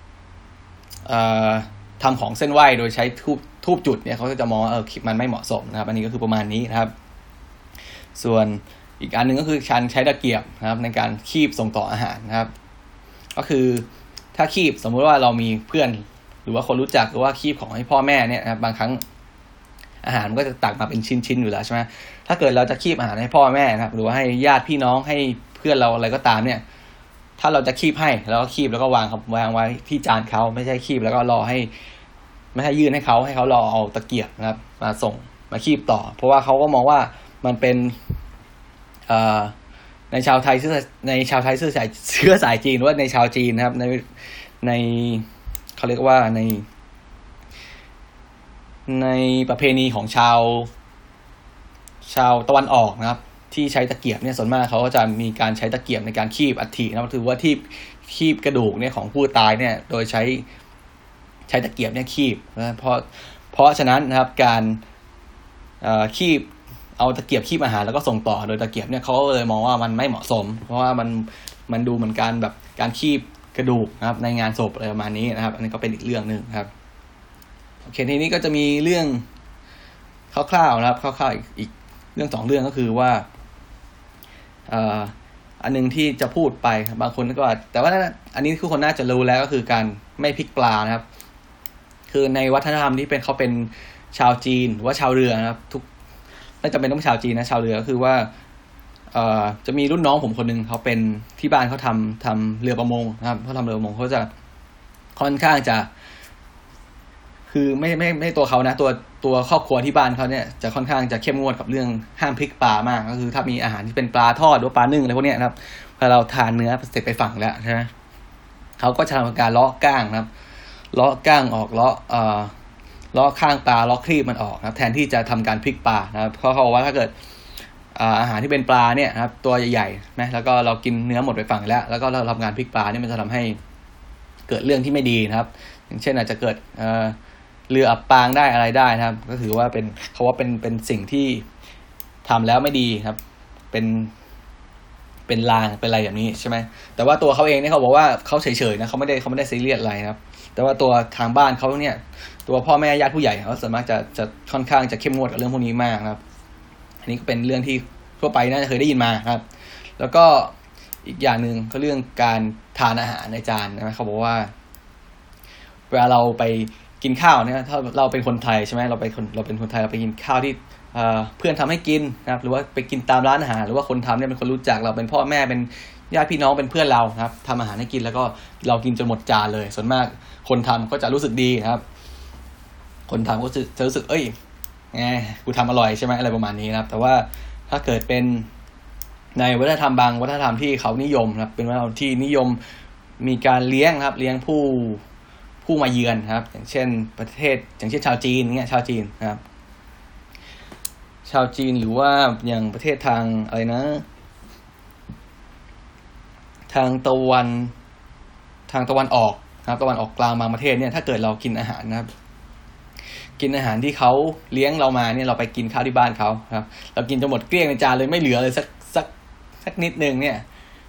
ทำของเส้นไหว้โดยใช้ทูบจุดเนี่ยเขาจะมองว่ามันไม่เหมาะสมนะครับอันนี้ก็คือประมาณนี้นะครับส่วนอีกอันนึงก็คือการใช้ตะเกียบนะครับในการคีบส่งต่ออาหารนะครับก็คือถ้าคีบสมมุติว่าเรามีเพื่อนหรือว่าคนรู้จักหรือว่าคีบของให้พ่อแม่เนี่ยนะครับบางครั้งอาหารมันก็จะตักมาเป็นชิ้นๆอยู่แล้วใช่ไหมถ้าเกิดเราจะคีบอาหารให้พ่อแม่นะครับหรือว่าให้ญาติพี่น้องให้เพื่อนเราอะไรก็ตามเนี่ยถ้าเราจะคีบให้แล้วก็คีบแล้วก็วางไว้ที่จานเขาไม่ใช่คีบแล้วก็รอให้ไม่ให้ยื่นให้เขารอเอาตะเกียบนะครับมาคีบต่อเพราะว่าเขาก็มองว่ามันเป็นในชาวไทยเชื้อสายจีนหรือว่าในชาวจีนนะครับในเขาเรียกว่าในประเพณีของชาวตะวันออกนะครับที่ใช้ตะเกียบเนี่ยส่วนมากเขาก็จะมีการใช้ตะเกียบในการคีบอัฐินะครับถือว่าที่คีบกระดูกเนี่ยของผู้ตายเนี่ยโดยใช้ตะเกียบเนี่ยคีบนะเพราะฉะนั้นนะครับการคีบเอาตะเกียบคีบอาหารแล้วก็ส่งต่อโดยตะเกียบเนี่ยเขาเลยมองว่ามันไม่เหมาะสมเพราะว่ามันดูเหมือนการแบบการคีบกระดูกนะครับในงานศพอะไรประมาณนี้นะครับอันนี้ก็เป็นอีกเรื่องนึงครับโอเคทีนี้ก็จะมีเรื่องคร่าวๆนะครับคร่าวๆอีกเรื่อง2เรื่องก็คือว่าอันนึงที่จะพูดไปบางคนก็แต่ว่าอันนี้ทุกคนน่าจะรู้แล้วก็คือการไม่พลิกปลานะครับคือในวัฒนธรรมที่เขาเป็นชาวจีนหรือว่าชาวเรือนะครับน่าจะเป็นต้องชาวจีนนะชาวเรือก็คือว่าจะมีรุ่นน้องผมคนนึงเขาเป็นที่บ้านเขาทำเรือประมงนะครับเขาทำเรือประมงเขาจะค่อนข้างจะคือไม่ตัวเขานะตัวครอบครัวที่บ้านเขาเนี่ยจะค่อนข้างจะเข้มงวดกับเรื่องห้ามพริกปลามากก็คือถ้ามีอาหารที่เป็นปลาทอดหรือปลานึ่งอะไรพวกเนี้ยนะครับพอเราทานเนื้อเสร็จไปฝั่งแล้วใช่ไหมเขาก็จะทำการเลาะก้างนะครับเลาะก้างออกเลาะข้างปลาเลาะครีบมันออกนะครับแทนที่จะทำการพลิกปลานะครับเพราะเขาบอกว่าถ้าเกิดอาหารที่เป็นปลาเนี่ยนะครับตัวใหญ่ๆนะแล้วก็เรากินเนื้อหมดไปฝั่งแล้วก็เราทำการพลิกปลาเนี่ยมันจะทำให้เกิดเรื่องที่ไม่ดีนะครับอย่างเช่นอาจจะเกิดเรืออับปางได้อะไรได้นะครับก็ถือว่าเป็นสิ่งที่ทำแล้วไม่ดีครับเป็นลางเป็นอะไรแบบนี้ใช่ไหมแต่ว่าตัวเขาเองเนี่ยเขาบอกว่าเขาเฉยๆนะเขาไม่ได้ซีเรียสอะไรนะครับแต่ว่าตัวทางบ้านเขาเนี่ยตัวพ่อแม่ญาติผู้ใหญ่เขาส่วนมากจะค่อนข้างจะเข้มงวดกับเรื่องพวกนี้มากนะครับอันนี้ก็เป็นเรื่องที่ทั่วไปน่าจะเคยได้ยินมาครับแล้วก็อีกอย่างนึงก็เรื่องการทานอาหารในจานนะเขาบอกว่าเวลาเราไปกินข้าวเนี่ยถ้าเราเป็นคนไทยใช่ไหมเราเป็นคนไทยเราไปกินข้าวที่เพื่อนทำให้กินนะครับหรือว่าไปกินตามร้านอาหารหรือว่าคนทำเนี่ยเป็นคนรู้จักเราเป็นพ่อแม่เป็นญาติพี่น้องเป็นเพื่อนเราครับทำอาหารให้กินแล้วก็เรากินจนหมดจานเลยส่วนมากคนทำก็จะรู้สึกดีนะครับคนทำก็จะรู้สึกไงกูทำอร่อยใช่ไหมอะไรประมาณนี้นะครับแต่ว่าถ้าเกิดเป็นในวัฒนธรรมบางวัฒนธรรมที่เขานิยมนะครับเป็นวัฒนธรรมที่นิยมมีการเลี้ยงครับเลี้ยงผู้มาเยือนครับอย่างเช่นชาวจีนเงี้ยชาวจีนนะครับชาวจีนหรือว่าอย่างประเทศทางอะไรนะทางตะวันออกนะครับตะวันออกกลางบางประเทศเนี่ยถ้าเกิดเรากินอาหารนะครับกินอาหารที่เขาเลี้ยงเรามาเนี่ยเราไปกินข้าวที่บ้านเขาครับเรากินจนหมดเกลี้ยงในจานเลยไม่เหลือเลยสักนิดนึงเนี่ย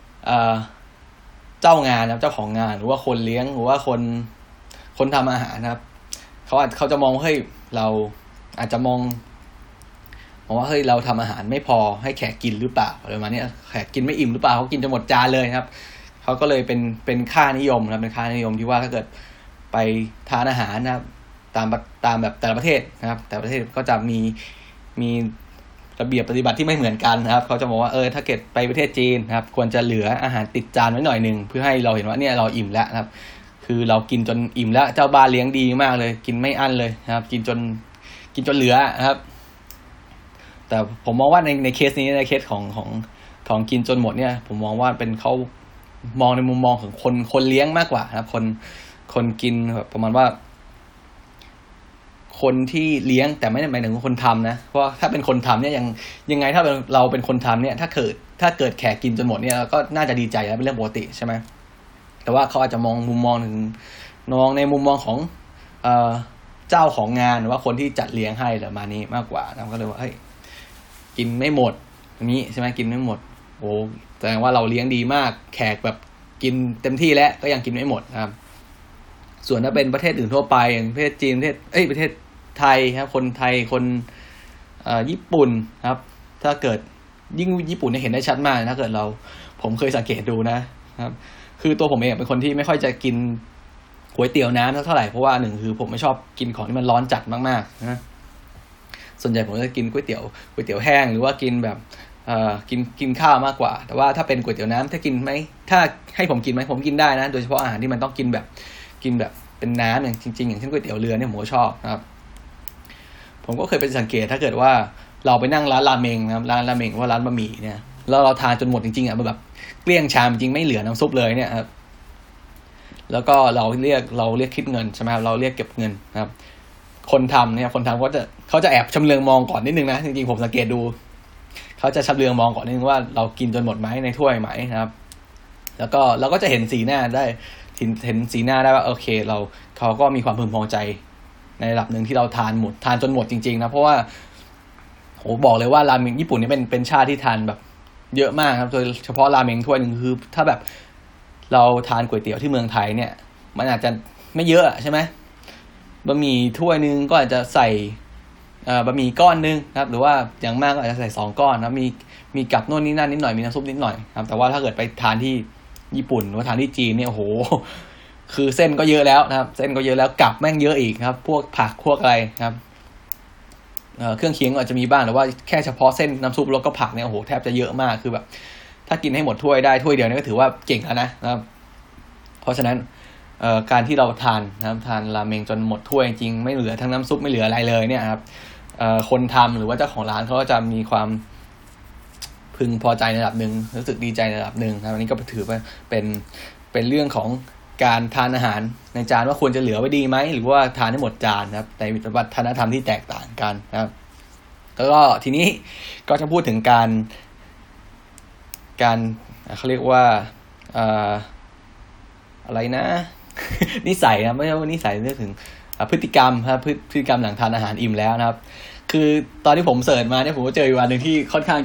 เจ้างานนะครับเจ้าของงานหรือว่าคนเลี้ยงหรือว่าคนทำอาหารนะครับเขาจะมองว่าเฮ้ยเราอาจจะมองว่าเฮ้ยเราทำอาหารไม่พอให้แขกกินหรือเปล่าอะไรประมาณนี้แขกกินไม่อิ่มหรือเปล่าเขากินจนหมดจานเลยครับเขาก็เลยเป็นค่านิยมนะครับเป็นค่านิยมที่ว่าถ้าเกิดไปทานอาหารนะครับตามแบบแต่ละประเทศนะครับแต่ละประเทศก็จะมีระเบียบปฏิบัติที่ไม่เหมือนกันนะครับเขาจะบอกว่าถ้าเกิดไปประเทศจีนนะครับควรจะเหลืออาหารติดจานไว้หน่อยนึงเพื่อให้เราเห็นว่าเนี่ยเราอิ่มแล้วนะครับคือเรากินจนอิ่มแล้วเจ้าบ้านเลี้ยงดีมากเลยกินไม่อั้นเลยนะครับกินจนเหลือนะครับแต่ผมมองว่าในเคสนี้ในเคสของกินจนหมดเนี่ยผมมองว่าเป็นเขามองในมุมมองของคนเลี้ยงมากกว่านะครับคนกินแบบประมาณว่าคนที่เลี้ยงแต่ไม่ได้หมายถึงคนทำนะเพราะถ้าเป็นคนทำเนี่ยยังไงถ้าเราเป็นคนทำเนี่ยถ้าเกิดแขกกินจนหมดเนี่ยก็น่าจะดีใจแล้วเป็นเรื่องปกติใช่ไหมแต่ว่าเขาอาจจะมองมุมมองถึงในมุมมองของเจ้าของงานหรือว่าคนที่จัดเลี้ยงให้ประมาณนี้มากกว่านะก็เลยว่าเฮ้ยกินไม่หมดนี้ใช่ไหมกินไม่หมดโอ้แสดงว่าเราเลี้ยงดีมากแขกแบบกินเต็มที่แล้วก็ยังกินไม่หมดนะครับส่วนถ้าเป็นประเทศอื่นทั่วไปอย่างประเทศจีนประเทศไทยครับคนไทยคนญี่ปุ่นครับถ้าเกิดยิ่งญี่ปุ่นเนี่ยเห็นได้ชัดมากถ้าเกิดผมเคยสังเกตดูนะครับคือตัวผมเองเป็นคนที่ไม่ค่อยจะกินก๋วยเตี๋ยวน้ำเท่าไหร่เพราะว่าหนึ่งคือผมไม่ชอบกินของที่มันร้อนจัดมากๆนะส่วนใหญ่ผมจะกินก๋วยเตี๋ยวแห้งหรือว่ากินแบบกินข้าวมากกว่าแต่ว่าถ้าเป็นก๋วยเตี๋ยวน้ำถ้าให้ผมกินไหมผมกินได้นะโดยเฉพาะอาหารที่มันต้องกินแบบเป็นน้ำอย่างจริงๆอย่างเช่นก๋วยเตี๋ยวเรือเนี่ยผมก็ชอบนะครับผมก็เคยไปสังเกตถ้าเกิดว่าเราไปนั่งร้านราเมงนะครับร้านราเมงว่าร้านบะหมี่เนี่ยแล้วเราทานจนหมดจริงๆแบบเกลี้ยงชามจริงไม่เหลือน้ำซุปเลยเนี่ยครับแล้วก็เราเรียกคิดเงินใช่ไหมครับเราเรียกเก็บเงินนะครับคนทำเขาจะแอบชำเลืองมองก่อนนิดนึงนะจริงๆผมสังเกตดูเขาจะชำเลืองมองก่อนนิดนึงว่าเรากินจนหมดไหมในถ้วยไหมนะครับแล้วก็เราก็จะเห็นสีหน้าได้ว่าโอเคเขาก็มีความพึงพอใจในระดับหนึ่งที่เราทานจนหมดจริงๆนะเพราะว่าโหบอกเลยว่าราเมงญี่ปุ่นนี่เป็นชาติที่ทานแบบเยอะมากครับโดยเฉพาะราเมงถ้วยนึงคือถ้าแบบเราทานก๋วยเตี๋ยวที่เมืองไทยเนี่ยมันอาจจะไม่เยอะใช่ไหมบะหมี่ถ้วยนึงก็อาจจะใส่บะหมี่ก้อนนึงนะครับหรือว่าอย่างมากก็อาจจะใส่2ก้อนนะมีกับโน่นนี่นั่นนิดหน่อยมีน้ำซุปนิดหน่อยครับแต่ว่าถ้าเกิดไปทานที่ญี่ปุ่นหรือว่าทานที่จีนเนี่ยโอ้โหคือเส้นก็เยอะแล้วนะครับเส้นก็เยอะแล้วกับแม่งเยอะอีกครับพวกผักพวกอะไรครับเครื่องเคียงก็อาจจะมีบ้างแต่ว่าแค่เฉพาะเส้นน้ำซุปแล้วก็ผักเนี่ยโอ้โหแทบจะเยอะมากคือแบบถ้ากินให้หมดถ้วยได้ถ้วยเดียวนี่ก็ถือว่าเก่งแล้วนะครับเพราะฉะนั้นการที่เราทานนะครับทานราเมงจนหมดถ้วยจริงไม่เหลือทั้งน้ำซุปไม่เหลืออะไรเลยเนี่ยครับคนทำหรือว่าเจ้าของร้านเขาก็จะมีความพึงพอใจในระดับหนึ่งรู้สึกดีใจในระดับหนึ่งครับอันนี้ก็ถือว่าเป็นเรื่องของการทานอาหารในจานว่าควรจะเหลือไว้ดีไหมหรือว่าทานให้หมดจานนะครับในวัฒนธรรมที่แตกต่างกันนะครับแล้วก็ทีนี้ก็จะพูดถึงการเขาเรียกว่าอะไรนะ นิสัยนะไม่ใช่ว่านิสัยเรื่องถึงพฤติกรรมครับพฤติกรรมหลังทานอาหารอิ่มแล้วนะครับคือตอนที่ผมเสิร์ชมาเนี่ยผมก็เจออีกวันนึงที่ค่อนข้าง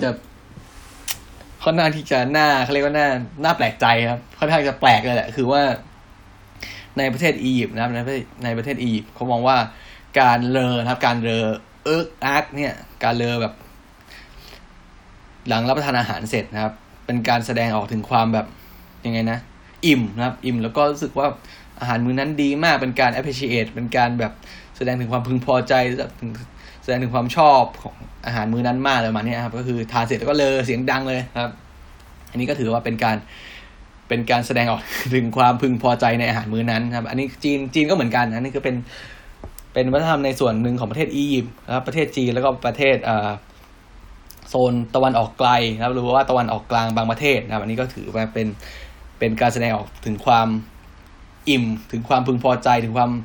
ที่จะน่าเขาเรียกว่าน่าแปลกใจครับค่อนข้างจะแปลกเลยแหละคือว่าในประเทศอียิปต์นะครับในประเทศอียิปต์เขามองว่าการเลอนะครับการเลออาร์คเนี่ยการเลอแบบหลังรับประทานอาหารเสร็จนะครับเป็นการแสดงออกถึงความแบบยังไงนะอิ่มนะครับอิ่มแล้วก็รู้สึกว่าอาหารมื้อนั้นดีมากเป็นการ appreciate เป็นการแบบแสดงถึงความพึงพอใจแสดงถึงความชอบของอาหารมื้อนั้นมากเลยประมาณนี้ครับก็คือทานเสร็จแล้วก็เลอเสียงดังเลยครับอันนี้ก็ถือว่าเป็นการแสดงออกถึงความพึงพอใจในอาหารมื้อนั้นครับอันนี้จีนก็เหมือนกันอันนี้ก็เป็นวัฒนธรรมในส่วนหนึ่งของประเทศอียิปต์นะครับประเทศจีนแล้วก็ประเทศโซนตะวันออกไกลนะครับหรือว่าตะวันออกกลางบางประเทศนะครับอันนี้ก็ถือว่าเป็นการแสดงออกถึงความอิ่มถึงความพึงพอใจถึงความ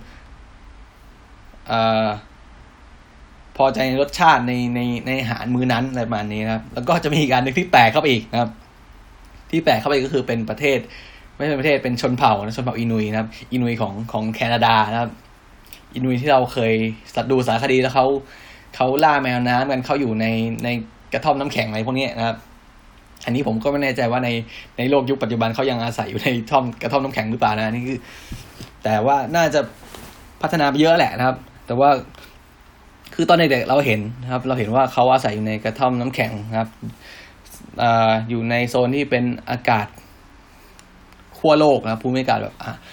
พอใจในรสชาติในอาหารมื้อนั้นอะไรประมาณนี้นะครับแล้วก็จะมีอีกอันนึงที่แปลกเข้าไปอีกนะครับที่แปลกเข้าไปก็คือเป็นประเทศไม่ใช่ประเทศเป็นชนเผ่านะชนเผ่าอินุยนะครับอินุยของแคนาดานะครับอินุยที่เราเคยดูสารคดีแล้วเขาล่าแมวน้ำกันเขาอยู่ในกระท่อมน้ำแข็งอะไรพวกนี้นะครับอันนี้ผมก็ไม่แน่ใจว่าในโลกยุคปัจจุบันเขายังอาศัยอยู่ในกระท่อมน้ำแข็งหรือเปล่านะนี่คือแต่ว่าน่าจะพัฒนาไปเยอะแหละนะครับแต่ว่าคือตอนเด็กๆเราเห็นนะครับเราเห็นว่าเขาอาศัยอยู่ในกระท่อมน้ำแข็งนะครับอยู่ในโซนที่เป็นอากาศขั้วโลกนะครับภูมิอากาศแบบ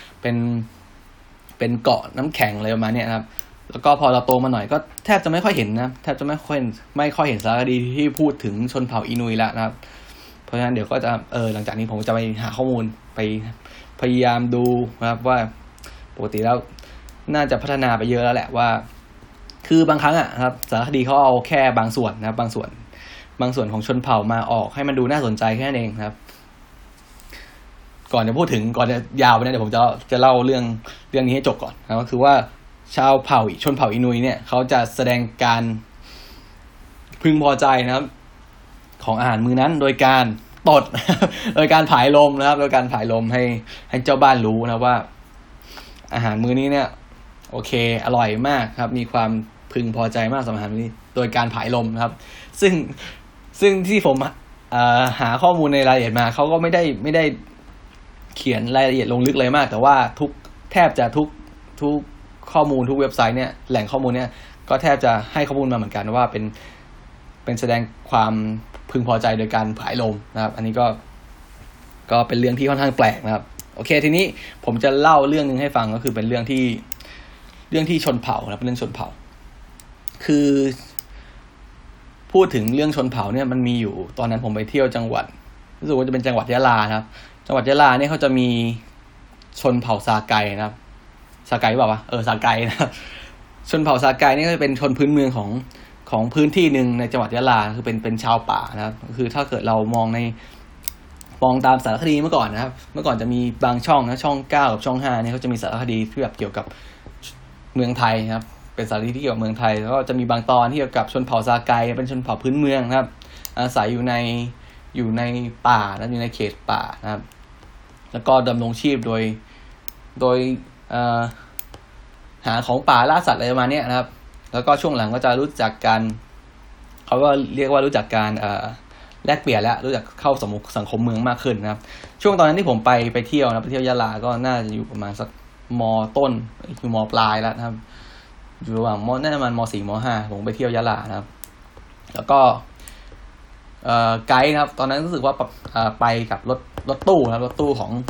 เป็นเกาะน้ำแข็งอะไรประมาณนี้นะครับแล้วก็พอเราโตมาหน่อยก็แทบจะไม่ค่อยเห็นนะแทบจะไม่ค่อยเห็นสารคดีที่พูดถึงชนเผ่าอินุยแล้วนะครับเพราะฉะนั้นเดี๋ยวก็จะหลังจากนี้ผมจะไปหาข้อมูลไปพยายามดูนะครับว่าปกติแล้วน่าจะพัฒนาไปเยอะแล้วแหละว่าคือบางครั้งครับสารคดีเขาเอาแค่บางส่วนนะครับบางส่วนของชนเผ่ามาออกให้มันดูน่าสนใจแค่นั้นเองครับก่อนจะยาวไปนะเดี๋ยวผมจะเล่าเรื่องนี้ให้จบก่อนนะก็คือว่าชนเผ่าอินุยเนี่ยเขาจะแสดงการพึงพอใจนะครับของอาหารมื้อนั้นโดยการตด โดยการผายลมนะครับโดยการผายลมให้เจ้าบ้านรู้นะว่าอาหารมื้อนี้เนี่ยโอเคอร่อยมากครับมีความพึงพอใจมากสำหรับอาหารมื้อนี้โดยการผายลมนะครับซึ่งที่ผมหาข้อมูลในรายละเอียดมาเขาก็ไม่ได้เขียนรายละเอียดลงลึกเลยมากแต่ว่าแทบจะทุกข้อมูลทุกเว็บไซต์เนี่ยแหล่งข้อมูลเนี่ยก็แทบจะให้ข้อมูลมาเหมือนกันว่าเป็นแสดงความพึงพอใจโดยการผายลมนะครับอันนี้ก็เป็นเรื่องที่ค่อนข้างแปลกนะครับโอเคทีนี้ผมจะเล่าเรื่องนึงให้ฟังก็คือเป็นเรื่องที่ชนเผ่านะเป็นเรื่องชนเผ่าคือพูดถึงเรื่องชนเผ่าเนี่ยมันมีอยู่ตอนนั้นผมไปเที่ยวจังหวัดรู้สึกว่าจะเป็นจังหวัดยะลานะครับจังหวัดยะลาเนี่ยเขาจะมีชนเผ่าซาไกนะครับซาไกเปล่าวะซาไกนะครับชนเผ่าซาไกนี่ก็จะเป็นชนพื้นเมืองของพื้นที่นึงในจังหวัดยะลาคือเป็นชาวป่านะครับคือถ้าเกิดเรามองตามสารคดีเมื่อก่อนนะครับเมื่อก่อนจะมีบางช่องนะช่อง9กับช่อง5เนี่ยเขาจะมีสารคดีที่แบบเกี่ยวกับเมืองไทยนะครับเป็นสารคดีที่เกี่ยวกับเมืองไทยแล้วก็จะมีบางตอนที่เกี่ยวกับชนเผ่าซาไกเป็นชนเผ่าพื้นเมืองนะครับอาศัยอยู่ในป่าและอยู่ในเขตป่านะครับแล้วก็ดำรงชีพโดยหาของป่าล่าสัตว์อะไรประมาณนี้นะครับแล้วก็ช่วงหลังก็จะรู้จักกันเขาก็เรียกว่ารู้จักการแลกเปลี่ยนแล้วรู้จักเข้าสังคมเมืองมากขึ้นนะครับช่วงตอนนั้นที่ผมไปเที่ยวนะไปเที่ยวยะลาก็น่าจะอยู่ประมาณสักม.ต้นคือม.ปลายแล้วนะครับอยู่ระหว่างน่าจะประมาณม.4 ม.5 ผมไปเที่ยวยะลานะครับแล้วก็ไกด์นะครับตอนนั้นรู้สึกว่าไปกับรถตู้นะครับรถตู้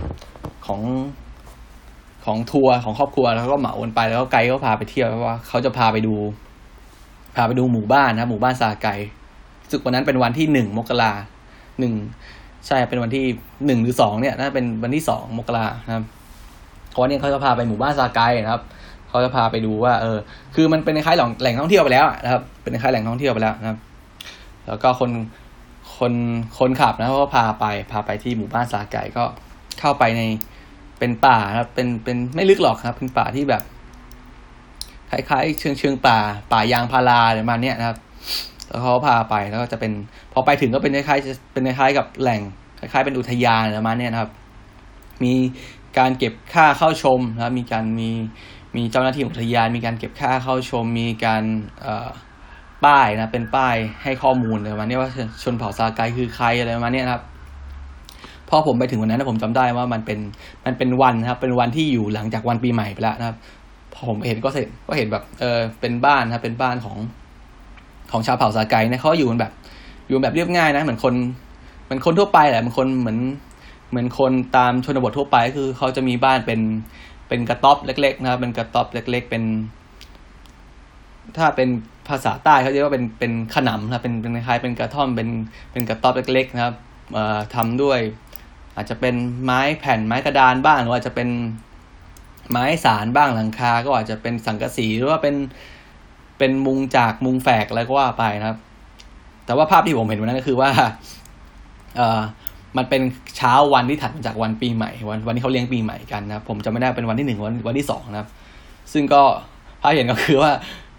ของทัวร์ของครอบครัวแล้วก็เหมากันไปแล้วก็ไกด์ก็พาไปเที่ยวเพราะว่าเขาจะพาไปดูหมู่บ้านนะหมู่บ้านซาไกรู้สึกวันนั้นเป็นวันที่1 มกราคมใช่เป็นวันที่1หรือ2เนี่ยน่าเป็นวันที่2 มกราคมนะครับวันนี้เขาจะพาไปหมู่บ้านซาไกนะครับเขาจะพาไปดูว่าคือมันเป็นคล้ายๆแหล่งท่องเที่ยวไปแล้วนะครับเป็นคล้ายๆแหล่งท่องเที่ยวไปแล้วนะครับแล้วก็คนขับนะเขาก็พาไปที่หมู่บ้านซาไกก็เข้าไปในเป็นป่าครับเป็นไม่ลึกหรอกครับเป็นป่าที่แบบคล้ายๆเชิงป่ายางพาราอะไรประมาณนี้นะครับแล้วเขาพาไปแล้วก็จะเป็นพอไปถึงก็เป็นคล้ายๆกับแหล่งคล้ายๆเป็นอุทยานประมาณนี้นะครับมีการเก็บค่าเข้าชมนะครับมีเจ้าหน้าที่อุทยานมีการเก็บค่าเข้าชมมีการป้ายนะเป็นป้ายให้ข้อมูลเลยประมาณนี้ว่าชนเผ่าซาไกคือใครอะไรประมาณนี้นะครับพอผมไปถึงวันนั้นผมจำได้ว่ามันเป็นวันนะครับเป็นวันที่อยู่หลังจากวันปีใหม่ไปแล้วนะครับพอผมเห็นก็เห็นแบบเป็นบ้านครับเป็นบ้านของชาวเผ่าซาไกเนี่ยเขาอยู่แบบเรียบง่ายนะเหมือนคนทั่วไปแหละเหมือนคนตามชนบททั่วไปคือเขาจะมีบ้านเป็นกระต๊อบเล็กๆนะครับเป็นกระต๊อบเล็กๆเป็นถ้าเป็นภาษาใต้เขาเรียกว่าเป็นขนำนะเป็นคล้ายๆเป็นกระท่อมเป็นกระต๊อบเล็กๆนะครับทำด้วยอาจจะเป็นไม้แผ่นไม้กระดานบ้างหรืออาจจะเป็นไม้สารบ้างหลังคาก็อาจจะเป็นสังกะสีหรือว่าเป็นมุงจากมุงแฝกอะไรก็ว่าไปนะครับแต่ว่าภาพที่ผมเห็นวันนั้นก็คือว่ามันเป็นเช้าวันที่ถัดจากวันปีใหม่วันที่เขาเลี้ยงปีใหม่กันนะครับผมจำไม่ได้เป็นวันที่1วันที่2นะครับซึ่งก็ภาพเห็นก็คือว่า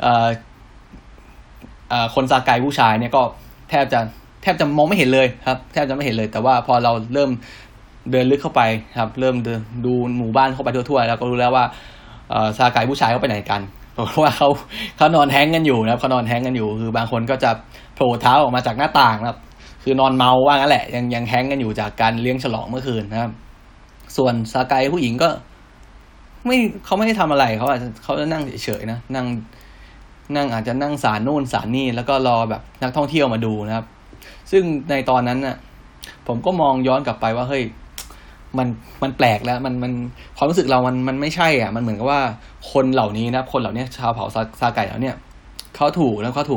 คนซาไกผู้ชายเนี่ยก็แทบจะมองไม่เห็นเลยครับแทบจะไม่เห็นเลยแต่ว่าพอเราเริ่มเดินลึกเข้าไปครับเริ่มดูหมู่บ้านเข้าไปทั่วๆแล้วก็รู้แล้วว่าซาไกผู้ชายเขาไปไหนกันเพราะว่าเขานอนแฮงกันอยู่นะครับเขานอนแฮงกันอยู่คือบางคนก็จะโผล่เท้าออกมาจากหน้าต่างนะครับคือนอนเมาว่างั้นแหละยังแฮงกันอยู่จากการเลี้ยงฉลองเมื่อคืนนะครับส่วนซาไกผู้หญิงก็เขาไม่ได้ทำอะไรเขาจะนั่งเฉยๆนะนั่งอาจจะนั่งสารนู่นสารนี่แล้วก็รอแบบนักท่องเที่ยวมาดูนะครับซึ่งในตอนนั้นน่ะผมก็มองย้อนกลับไปว่าเฮ้ยมันแปลกแล้วมันความรู้สึกเรามันไม่ใช่อ่ะมันเหมือนกับว่าคนเหล่านี้นะคนเหล่านี้ชาวเผ่าซาไกเหล่านี้เขาถู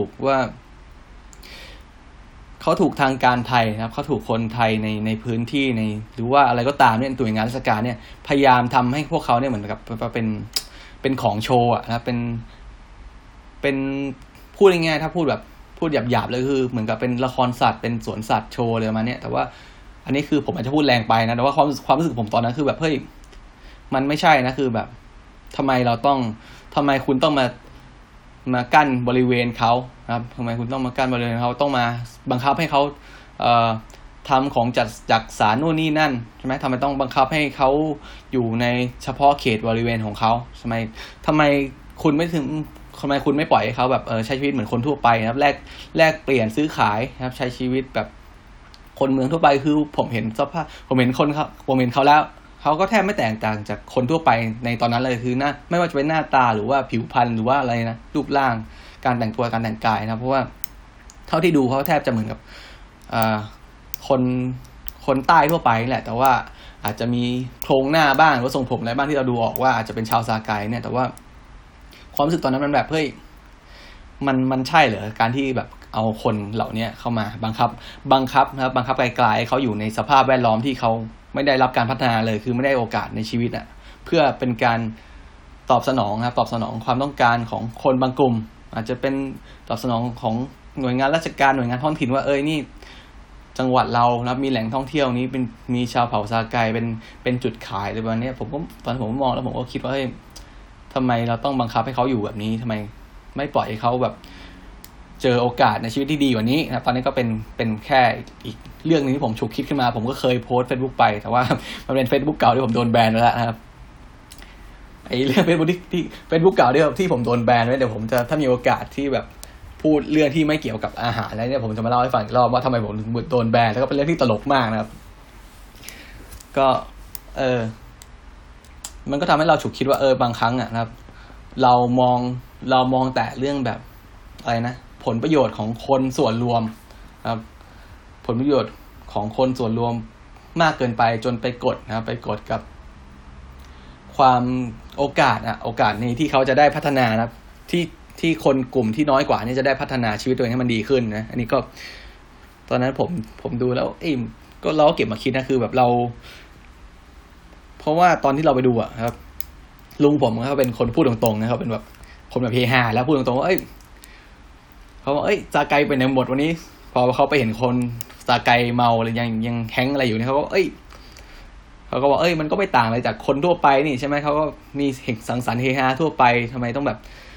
กทางการไทยนะครับเขาถูกคนไทยในพื้นที่หรือว่าอะไรก็ตามเนี่ยหน่วยงานราชการเนี่ยพยายามทำให้พวกเขาเนี่ยเหมือนกับเป็นของโชว์อ่ะนะเป็นพูดง่ายๆถ้าพูดหยาบๆเลยคือเหมือนกับเป็นละครสัตว์เป็นสวนสัตว์โชว์เลยมาเนี่ยแต่ว่าอันนี้คือผมอาจจะพูดแรงไปนะแต่ว่าความรู้สึกผมตอนนั้นคือแบบเฮ้ยมันไม่ใช่นะคือแบบทำไมคุณต้องมากั้นบริเวณเขาครับทำไมคุณต้องมากั้นบริเวณเขาต้องมาบังคับให้เขาทำของจากสารนู่นนี่นั่นใช่ไหมทำไมต้องบังคับให้เขาอยู่ในเฉพาะเขตบริเวณของเขาทำไมคุณไม่ปล่อยให้เขาแบบใช้ชีวิตเหมือนคนทั่วไปนะครับแลกเปลี่ยนซื้อขายนะครับใช้ชีวิตแบบคนเมืองทั่วไปคือผมเห็นเขาแล้วเขาก็แทบไม่แตกต่างจากคนทั่วไปในตอนนั้นเลยคือไม่ว่าจะเป็นหน้าตาหรือว่าผิวพรรณหรือว่าอะไรนะรูปร่างการแต่งตัวการแต่งกายนะเพราะว่าเท่าที่ดูเขาแทบจะเหมือนกับคนใต้ทั่วไปแหละแต่ว่าอาจจะมีโครงหน้าบ้างหรือทรงผมอะไรบ้างที่เราดูออกว่าอาจจะเป็นชาวซาไกเนี่ยแต่ว่าความรู้สึกตอนนั้นมันแบบเฮ้ยมันใช่เหรอการที่แบบเอาคนเหล่านี้เข้ามาบังคับนะครับบังคับไกลๆเขาอยู่ในสภาพแวดล้อมที่เขาไม่ได้รับการพัฒนาเลยคือไม่ได้โอกาสในชีวิตเพื่อเป็นการตอบสนองความต้องการของคนบางกลุ่มอาจจะเป็นตอบสนองของหน่วยงานราชการหน่วยงานท้องถิ่นว่านี่จังหวัดเรานะมีแหล่งท่องเที่ยวนี้มีชาวเผ่าซาไกเป็นจุดขายอะไรแบบนี้ตอนผมมองแล้วผมก็คิดว่าทำไมเราต้องบังคับให้เขาอยู่แบบนี้ทำไมไม่ปล่อยให้เขาแบบเจอโอกาสในชีวิตที่ดีกว่านี้นะตอนนี้ก็เป็นแค่อีกเรื่องนึงที่ผมฉุกคิดขึ้นมาผมก็เคยโพสต์ Facebook ไปแต่ว่ามันเป็น Facebook เก่าที่ผมโดนแบนแล้วนะครับไอ้เรื่อง Facebook เก่าที่ผมโดนแบนไว้เดี๋ยวผมจะถ้ามีโอกาสที่แบบพูดเรื่องที่ไม่เกี่ยวกับอาหารอะไรเนี่ยผมจะมาเล่าให้ฟังอีกรอบว่าทำไมผมถึงโดนแบนแล้วก็เป็นเรื่องที่ตลกมากนะครับก็มันก็ทำให้เราฉุกคิดว่าบางครั้งนะครับเรามองแต่เรื่องแบบอะไรนะผลประโยชน์ของคนส่วนรวมครับผลประโยชน์ของคนส่วนรวมมากเกินไปจนไปกดนะครับไปกดกับความโอกาสในที่เขาจะได้พัฒนานะครับที่คนกลุ่มที่น้อยกว่านี่จะได้พัฒนาชีวิตตัวเองให้มันดีขึ้นนะอันนี้ก็ตอนนั้นผมดูแล้วก็เราเก็บมาคิดนะคือแบบเราเพราะว่าตอนที่เราไปดูครับลุงผมเขาเป็นคนพูดตรงๆนะเขาเป็นแบบคนแบบเฮฮาแล้วพูดตรงๆว่าเขาบอกซาไกไปไหนหมดวันนี้พอเขาไปเห็นคนซาไกเมาอะไรยังแฮงอะไรอยู่เนี่ยเขาก็บอกมันก็ไม่ต่างอะไรจากคนทั่วไปนี่ใช่ไหมเขาก็มีสังสรรค์เฮฮาทั่วไปทำไมต้องแบบ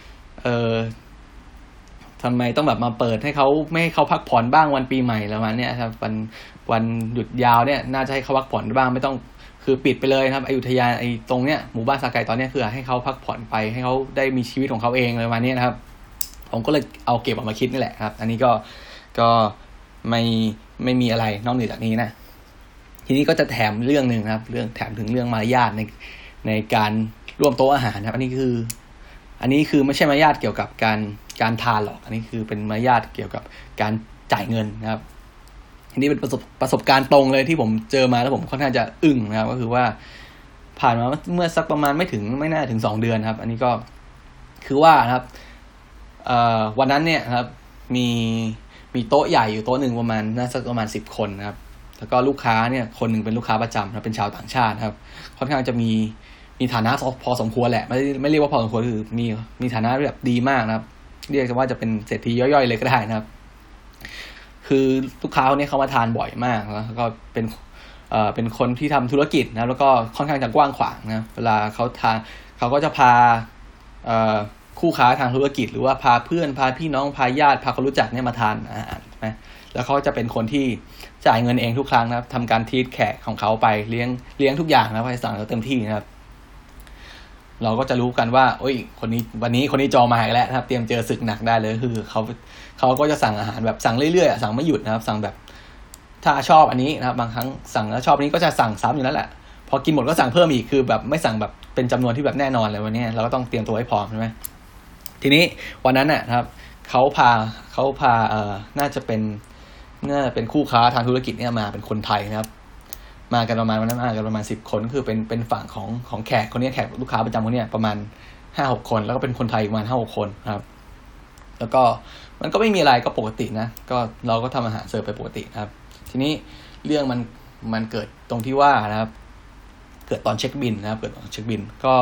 ทำไมต้องแบบมาเปิดให้เขาไม่ให้เขาพักผ่อนบ้างวันปีใหม่แล้วมันเนี่ยครับวันหยุดยาวเนี่ยน่าจะให้เขาพักผ่อนบ้างไม่ต้องคือปิดไปเลยครับอยุธยาตรงเนี้ยหมู่บ้านซาไกตอนเนี้ยคือให้เขาพักผ่อนไปให้เขาได้มีชีวิตของเขาเองเลยวันนี้นะครับผมก็เลยเอาเก็บออกมาคิดนี่แหละครับอันนี้ก็ไม่มีอะไรนอกเหนือจากนี้นะทีนี้ก็จะแถมเรื่องนึงครับแถมถึงเรื่องมารยาทในการร่วมโต๊ะอาหารครับอันนี้คือไม่ใช่มารยาทเกี่ยวกับการทานหรอกอันนี้คือเป็นมารยาทเกี่ยวกับการจ่ายเงินนะครับอันนี้เป็นประสบการณ์ตรงเลยที่ผมเจอมาแล้วผมค่อนข้างจะอึ้งนะครับก็คือว่าผ่านมาเมื่อสักประมาณไม่น่าถึง2 เดือนครับอันนี้ก็คือว่านะครับวันนั้นเนี่ยครับมีโต๊ะใหญ่อยู่โต๊ะนึงประมาณ10 คนนะครับแล้วก็ลูกค้าเนี่ยคนนึงเป็นลูกค้าประจำครับเป็นชาวต่างชาติครับค่อนข้างจะมีฐานะพอสมควรแหละไม่เรียกว่าพอสมควรคือมีฐานะแบบดีมากนะครับเรียกว่าจะเป็นเศรษฐีย่อยๆเลยก็ได้นะครับคือลูกค้าคนนี้เขามาทานบ่อยมากแล้วก็เป็นคนที่ทำธุรกิจนะแล้วก็ค่อนข้างจะกว้างขวางนะเวลาเขาทานเขาก็จะพาคู่ค้าทางธุรกิจหรือว่าพาเพื่อนพาพี่น้องพาญาติพาคนรู้จักเนี่ยมาทานอาหารใช่ไหมแล้วเขาจะเป็นคนที่จ่ายเงินเองทุกครั้งนะครับทำการทีทแขกของเขาไปเลี้ยงทุกอย่างนะให้สั่งเขาเต็มที่นะครับเราก็จะรู้กันว่าวันนี้คนนี้จอมาอีกแล้วนะครับเตรียมเจอศึกหนักได้เลยคือเขาก็จะสั่งอาหารแบบสั่งเรื่อยๆสั่งไม่หยุดนะครับสั่งแบบถ้าชอบอันนี้นะครับบางครั้งสั่งแล้วชอบอันนี้ก็จะสั่งซ้ำอยู่นั่นแหละพอกินหมดก็สั่งเพิ่มอีกคือแบบไม่สั่งแบบเป็นจำนวนที่แบบแน่นอนเลยวันนี้เราก็ต้องเตรียมตัวให้พร้อมใช่ไหมทีนี้วันนั้นนะครับเขาพาน่าจะเป็นคู่ค้าทางธุรกิจเนี่ยมาเป็นคนไทยนะครับมากันประมาณวันนั้นมากันประมาณ10 คนคือเป็นฝั่งของแขกคนนี้แขกลูกค้าประจำคนนี้ประมาณ 5-6 คนแล้วก็เป็นคนไทยประมาณ 5-6 คนครับแล้วก็มันก็ไม่มีอะไรก็ปกตินะก็เราก็ทำอาหารเสิร์ฟไปปกตินะครับทีนี้เรื่องมันเกิดตรงที่ว่านะครับเกิดตอนเช็คบิลนะครับเกิดตอนเช็คบิลก็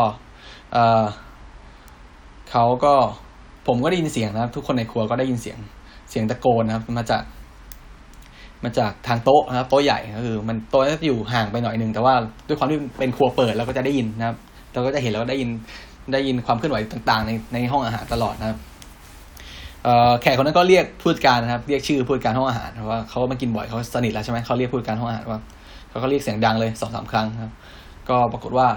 ผมก็ได้ยินเสียงนะครับทุกคนในครัวก็ได้ยินเสียงตะโกนนะครับมาจากทางโต๊ะนะครับโต๊ะใหญ่ก็คือมันโต๊ะจะอยู่ห่างไปหน่อยนึงแต่ว่าด้วยความที่เป็นครัวเปิดเราก็จะได้ยินนะครับเราก็จะเห็นแล้วก็ได้ยินความเคลื่อนไหวต่างๆในห้องอาหารตลอดนะครับแขกคนนั้นก็เรียกผู้จัดการนะครับเรียกชื่อผู้จัดการห้องอาหารเพราะว่าเขามากินบ่อยเขาสนิทแล้วใช่ไหมเขาเรียกผู้จัดการห้องอาหารว่าเขาก็เรียกเสียงดังเลย 2-3 ครั้งครับก็ปรากฏว่า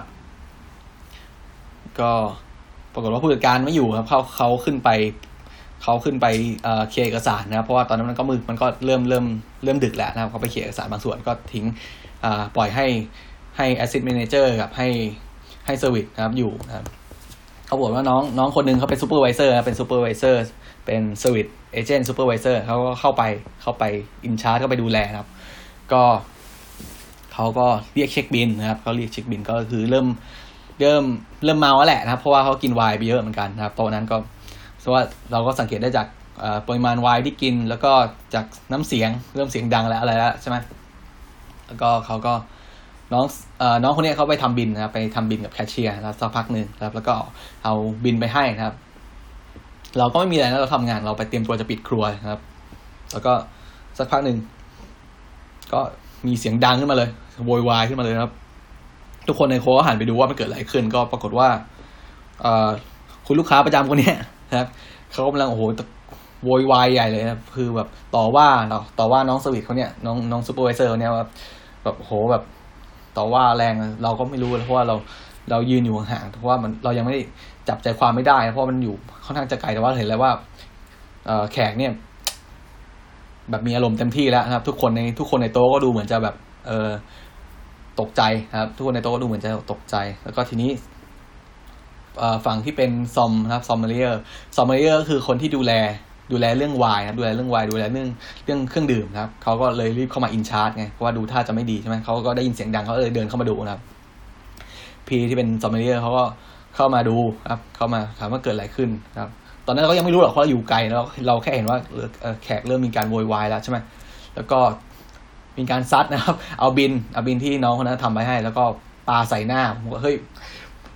ผู้จัดการไม่อยู่ครับเขาขึ้นไปเคลียร์เอกสารนะครับเพราะว่าตอนนั้นมันก็เริ่มดึกแล้วนะครับเขาไปเคลียร์เอกสารบางส่วนก็ทิ้งปล่อยให้ Asset Manager กับให้ Service นะครับอยู่นะครับเขาบอกว่าน้องคนนึงเขาเป็น Supervisor นะเป็น Supervisor เป็น Service Agent Supervisor เขาก็เข้าไปin charge เข้าไปดูแลนะครับก็เขาก็เรียกเช็คบิลนะครับเขาเรียกเช็คบิลก็คือเริ่มเมาแล้วแหละนะครับเพราะว่าเขากินไวน์ไปเยอะเหมือนกันนะครับโต๊ะนั้นก็เพราะว่าเราก็สังเกตได้จากปริมาณไวน์ที่กินแล้วก็จากน้ำเสียงเริ่มเสียงดังแล้วอะไรแล้วใช่ไหมแล้วก็เขาก็น้องคนนี้เขาไปทำบิลนะครับไปทำบิลกับแคชเชียร์แล้วสักพักนึงครับแล้วก็เอาบิลไปให้นะครับเราก็ไม่มีอะไรนะเราทำงานเราไปเตรียมตัวจะปิดครัวนะครับแล้วก็สักพักนึงก็มีเสียงดังขึ้นมาเลยโวยวายขึ้นมาเลยครับทุกคนในครัวก็หันไปดูว่ามันเกิดอะไรขึ้นก็ปรากฏว่าคุณลูกค้าประจำคนนี้นะครับเขากำลังโวยวายใหญ่เลยนะคือแบบต่อว่าน้องสวิตเขาเนี่ยน้องซูเปอร์ไวเซอร์เนี่ยแบบแบบต่อว่าแรงเราก็ไม่รู้เพราะว่าเรายืนอยู่ห่างๆเพราะว่าเรายังไม่ได้จับใจความไม่ได้เพราะมันอยู่ค่อนข้างจะไกลแต่ว่าเห็นแล้วว่าแขกเนี่ยแบบมีอารมณ์เต็มที่แล้วนะครับทุกคนในโต๊ะก็ดูเหมือนจะแบบตกใจครับทุกคนในโต๊ะก็ดูเหมือนจะตกใจแล้วก็ทีนี้ฝั่งที่เป็นซอมนะครับซอมเมลียร์ก็คือคนที่ดูแลเรื่องไวน์ครับดูแลเรื่องไวน์ดูแลเรื่องเครื่องดื่มนะครับเขาก็เลยรีบเข้ามาอินชาร์จไงเพราะว่าดูท่าจะไม่ดีใช่ไหมเขาก็ได้ยินเสียงดังเขาเลยเดินเข้ามาดูนะครับพี่ที่เป็นซอมเมลียร์เขาก็เข้ามาดูครับเข้ามาถามว่าเกิดอะไรขึ้นครับตอนนั้นเขายังไม่รู้หรอกเพราะเราอยู่ไกลแล้วเราแค่เห็นว่าแขกเริ่มมีการโวยวายแล้วใช่ไหมแล้วก็มีการซัดนะครับเอาบินที่น้องคนนั้นทำไปให้แล้วก็ปาใส่หน้าผมว่าเฮ้ย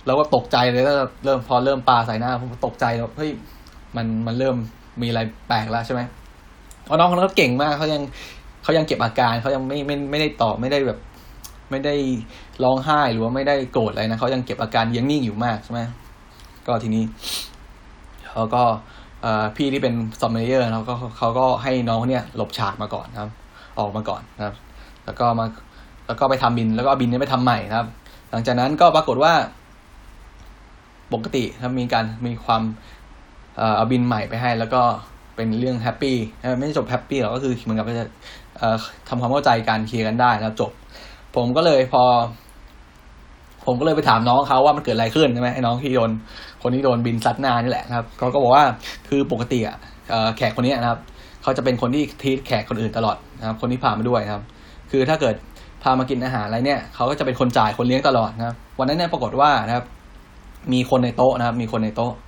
เราก็ตกใจเลยแล้วเริ่มปาใส่หน้าผมตกใจแล้วเฮ้ยมันเริ่มมีอะไรแปลกแล้วใช่ไหมเพราะน้องคนนั้นก็เก่งมากเขายังเก็บอาการเขายังไม่ได้ตอบไม่ได้แบบไม่ได้ร้องไห้หรือว่าไม่ได้โกรธอะไรนะเขายังเก็บอาการยังนิ่งอยู่มากใช่ไหมก็ทีนี้เขาก็พี่ที่เป็นซอมเมเยอร์เขาก็ให้น้องเนี่ยหลบฉากมาก่อนครับออกมาก่อนนะครับแล้วก็ไปทำบินแล้วก็บินนี้ไปทำใหม่นะครับหลังจากนั้นก็ปรากฏว่าปกติครับมีความเอาบินใหม่ไปให้แล้วก็เป็นเรื่องแฮปปี้ไม่ใช่จบแฮปปี้หรอกก็คือเหมือนกับจะทำความเข้าใจกันเคลียร์กันได้นะครับจบผมก็เลยไปถามน้องเขาว่ามันเกิดอะไรขึ้นใช่ไหมไอ้น้องที่คนที่โดนบินซัดหน้านี่แหละครับเขาก็บอกว่าคือปกติแขกคนนี้นะครับเขาจะเป็นคนที่ทีทแขกคนอื่นตลอดนะครับคนที่พามาด้วยนะครับคือถ้าเกิดพามากินอาหารอะไรเนี่ยเขาก็จะเป็นคนจ่ายคนเลี้ยงตลอดนะครับวันนั้นเนี่ยปรากฏว่านะครับมีคนในโต๊ะที่เป็น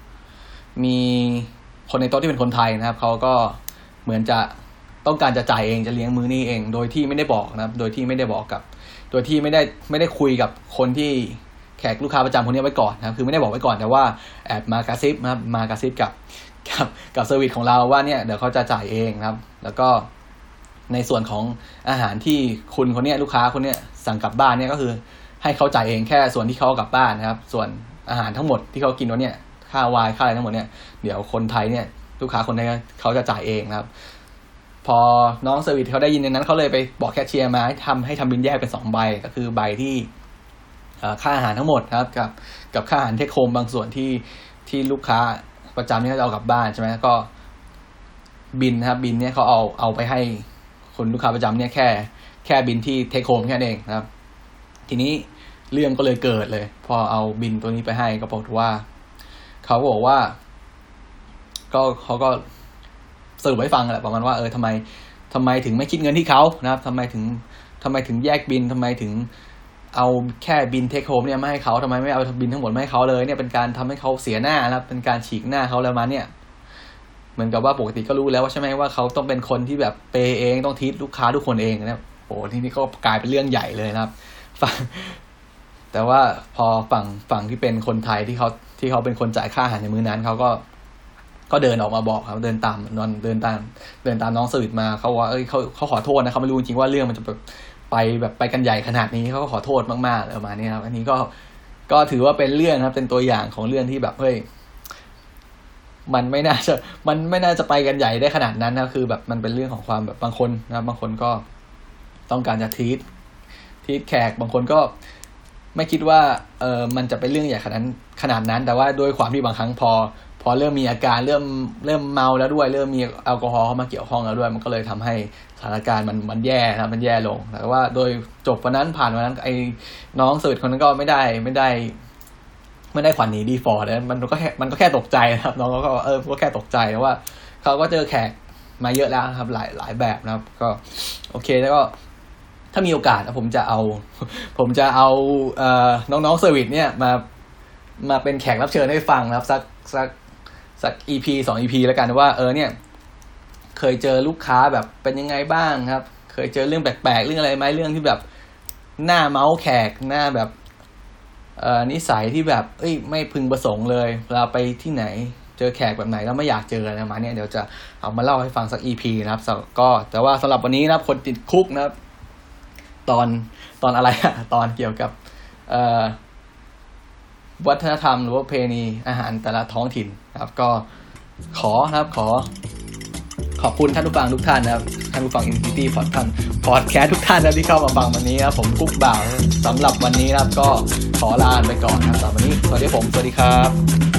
คนไทยนะครับเขาก็เหมือนจะต้องการจะจ่ายเองจะเลี้ยงมื้อนี้เองโดยที่ไม่ได้บอกนะครับโดยที่ไม่ได้คุยกับคนที่แขกลูกค้าประจำคนนี้ไว้ก่อนนะครับคือไม่ได้บอกไว้ก่อนแต่ว่าแอบมากระซิบนะครับมากระซิบกับเซอร์วิสของเราว่าเนี่ยเดี๋ยวเขาจะจ่ายเองนะครับแล้วก็ในส่วนของอาหารที่คุณคนนี้ลูกค้าคนนี้สั่งกลับบ้านเนี่ยก็คือให้เขาจ่ายเองแค่ส่วนที่เขากลับบ้านนะครับส่วนอาหารทั้งหมดที่เขากินวันเนี่ยค่าวายค่าอะไรทั้งหมดเนี่ยเดี๋ยวคนไทยเนี่ยลูกค้าคนไทยเขาจะจ่ายเองนะครับพอน้องเซอร์วิสเขาได้ยินในนั้นเขาเลยไปบอกแคชเชียร์มาให้ทำบินแยกเป็น2ใบก็คือใบที่ค่าอาหารทั้งหมดนะครับกับค่าอาหารเทคโฮมบางส่วนที่ลูกค้าประจำนี่เขาจะเอากลับบ้านใช่ไหมก็บินนะครับบินเนี่ยเขาเอาไปให้คนลูกค้าประจำเนี่ยแค่บินที่เทคโฮมแค่นั้นเองนะครับทีนี้เรื่องก็เลยเกิดเลยพอเอาบินตัวนี้ไปให้ก็บอกว่าเขาบอกว่าเขาก็สรุปให้ฟังแหละประมาณว่าทำไมถึงไม่คิดเงินที่เขานะครับทำไมถึงแยกบินทำไมถึงเอาแค่บินเทคโฮมเนี่ยไม่ให้เขาทำไมไม่เอาบินทั้งหมดไม่ให้เขาเลยเนี่ยเป็นการทำให้เขาเสียหน้านะครับเป็นการฉีกหน้าเขาแล้วมาเนี่ยเหมือนกับว่าปกติก็รู้แล้วว่าใช่ไหมว่าเขาต้องเป็นคนที่แบบเปย์เองต้องทีทลูกค้าทุกคนเองนะโอ้ทีนี้ก็กลายเป็นเรื่องใหญ่เลยนะครับแต่ว่าพอฝั่งที่เป็นคนไทยที่เขาเป็นคนจ่ายค่าอาหารในมื้อนั้นเขาก็เดินออกมาบอกครับเดินตามน้องเซอร์วิสมาเขาว่าเขาขอโทษนะเขาไม่รู้จริงๆว่าเรื่องมันจะไปกันใหญ่ขนาดนี้เขาก็ขอโทษมากๆประมาณนี้ครับอันนี้ก็ถือว่าเป็นเรื่องครับเป็นตัวอย่างของเรื่องที่แบบเฮ้ยมันไม่น่าจะไปกันใหญ่ได้ขนาดนั้นนะคือแบบมันเป็นเรื่องของความแบบบางคนนะบางคนก็ต้องการจะทีทแขกบางคนก็ไม่คิดว่ามันจะเป็นเรื่องใหญ่ขนาดนั้นแต่ว่าด้วยความที่บางครั้งพอเริ่มมีอาการเริ่มเมาแล้วด้วยเริ่มมีแอลกอฮอล์เข้ามาเกี่ยวข้องแล้วด้วยมันก็เลยทำให้สถานการณ์มันแย่นะมันแย่ลงแต่ว่าโดยจบวันนั้นผ่านวันนั้นไอ้น้องเสิร์ชคนนั้นก็ไม่ได้ขวัญหนีดีฟอร์นะมันก็แค่ตกใจนะครับน้องก็ก็แค่ตกใจแต่ว่าเขาก็เจอแขกมาเยอะแล้วครับหลายแบบนะครับก็โอเคแล้วก็ถ้ามีโอกาสผมจะเอาน้องเซอร์วิสเนี่ยมาเป็นแขกรับเชิญให้ฟังนะครับสัก EP 2 EP แล้วกันว่าเนี่ยเคยเจอลูกค้าแบบเป็นยังไงบ้างครับเคยเจอเรื่องแปลกๆเรื่องอะไรไหมเรื่องที่แบบหน้าเมาส์แขกหน้าแบบนิสัยที่แบบไม่พึงประสงค์เลยเวลาไปที่ไหนเจอแขกแบบไหนแล้วไม่อยากเจออะไรประมาณนี้เดี๋ยวจะเอามาเล่าให้ฟังสัก EP นะครับก็แต่ว่าสำหรับวันนี้นะครับคนติดคุกนะครับตอนอะไรตอนเกี่ยวกับวัฒนธรรมหรือว่าประเพณีอาหารแต่ละท้องถิ่นนะครับก็ขอบคุณท่านผู้ฟังทุกท่านนะครับท่านผู้ฟัง Infinity Podcast ทุกท่านนะที่เข้ามาฟังวันนี้ครับผมกุ๊กบ่าวสำหรับวันนี้นะครับก็ขอลาไปก่อนนะครับสำหรับวันนี้สวัสดีครับ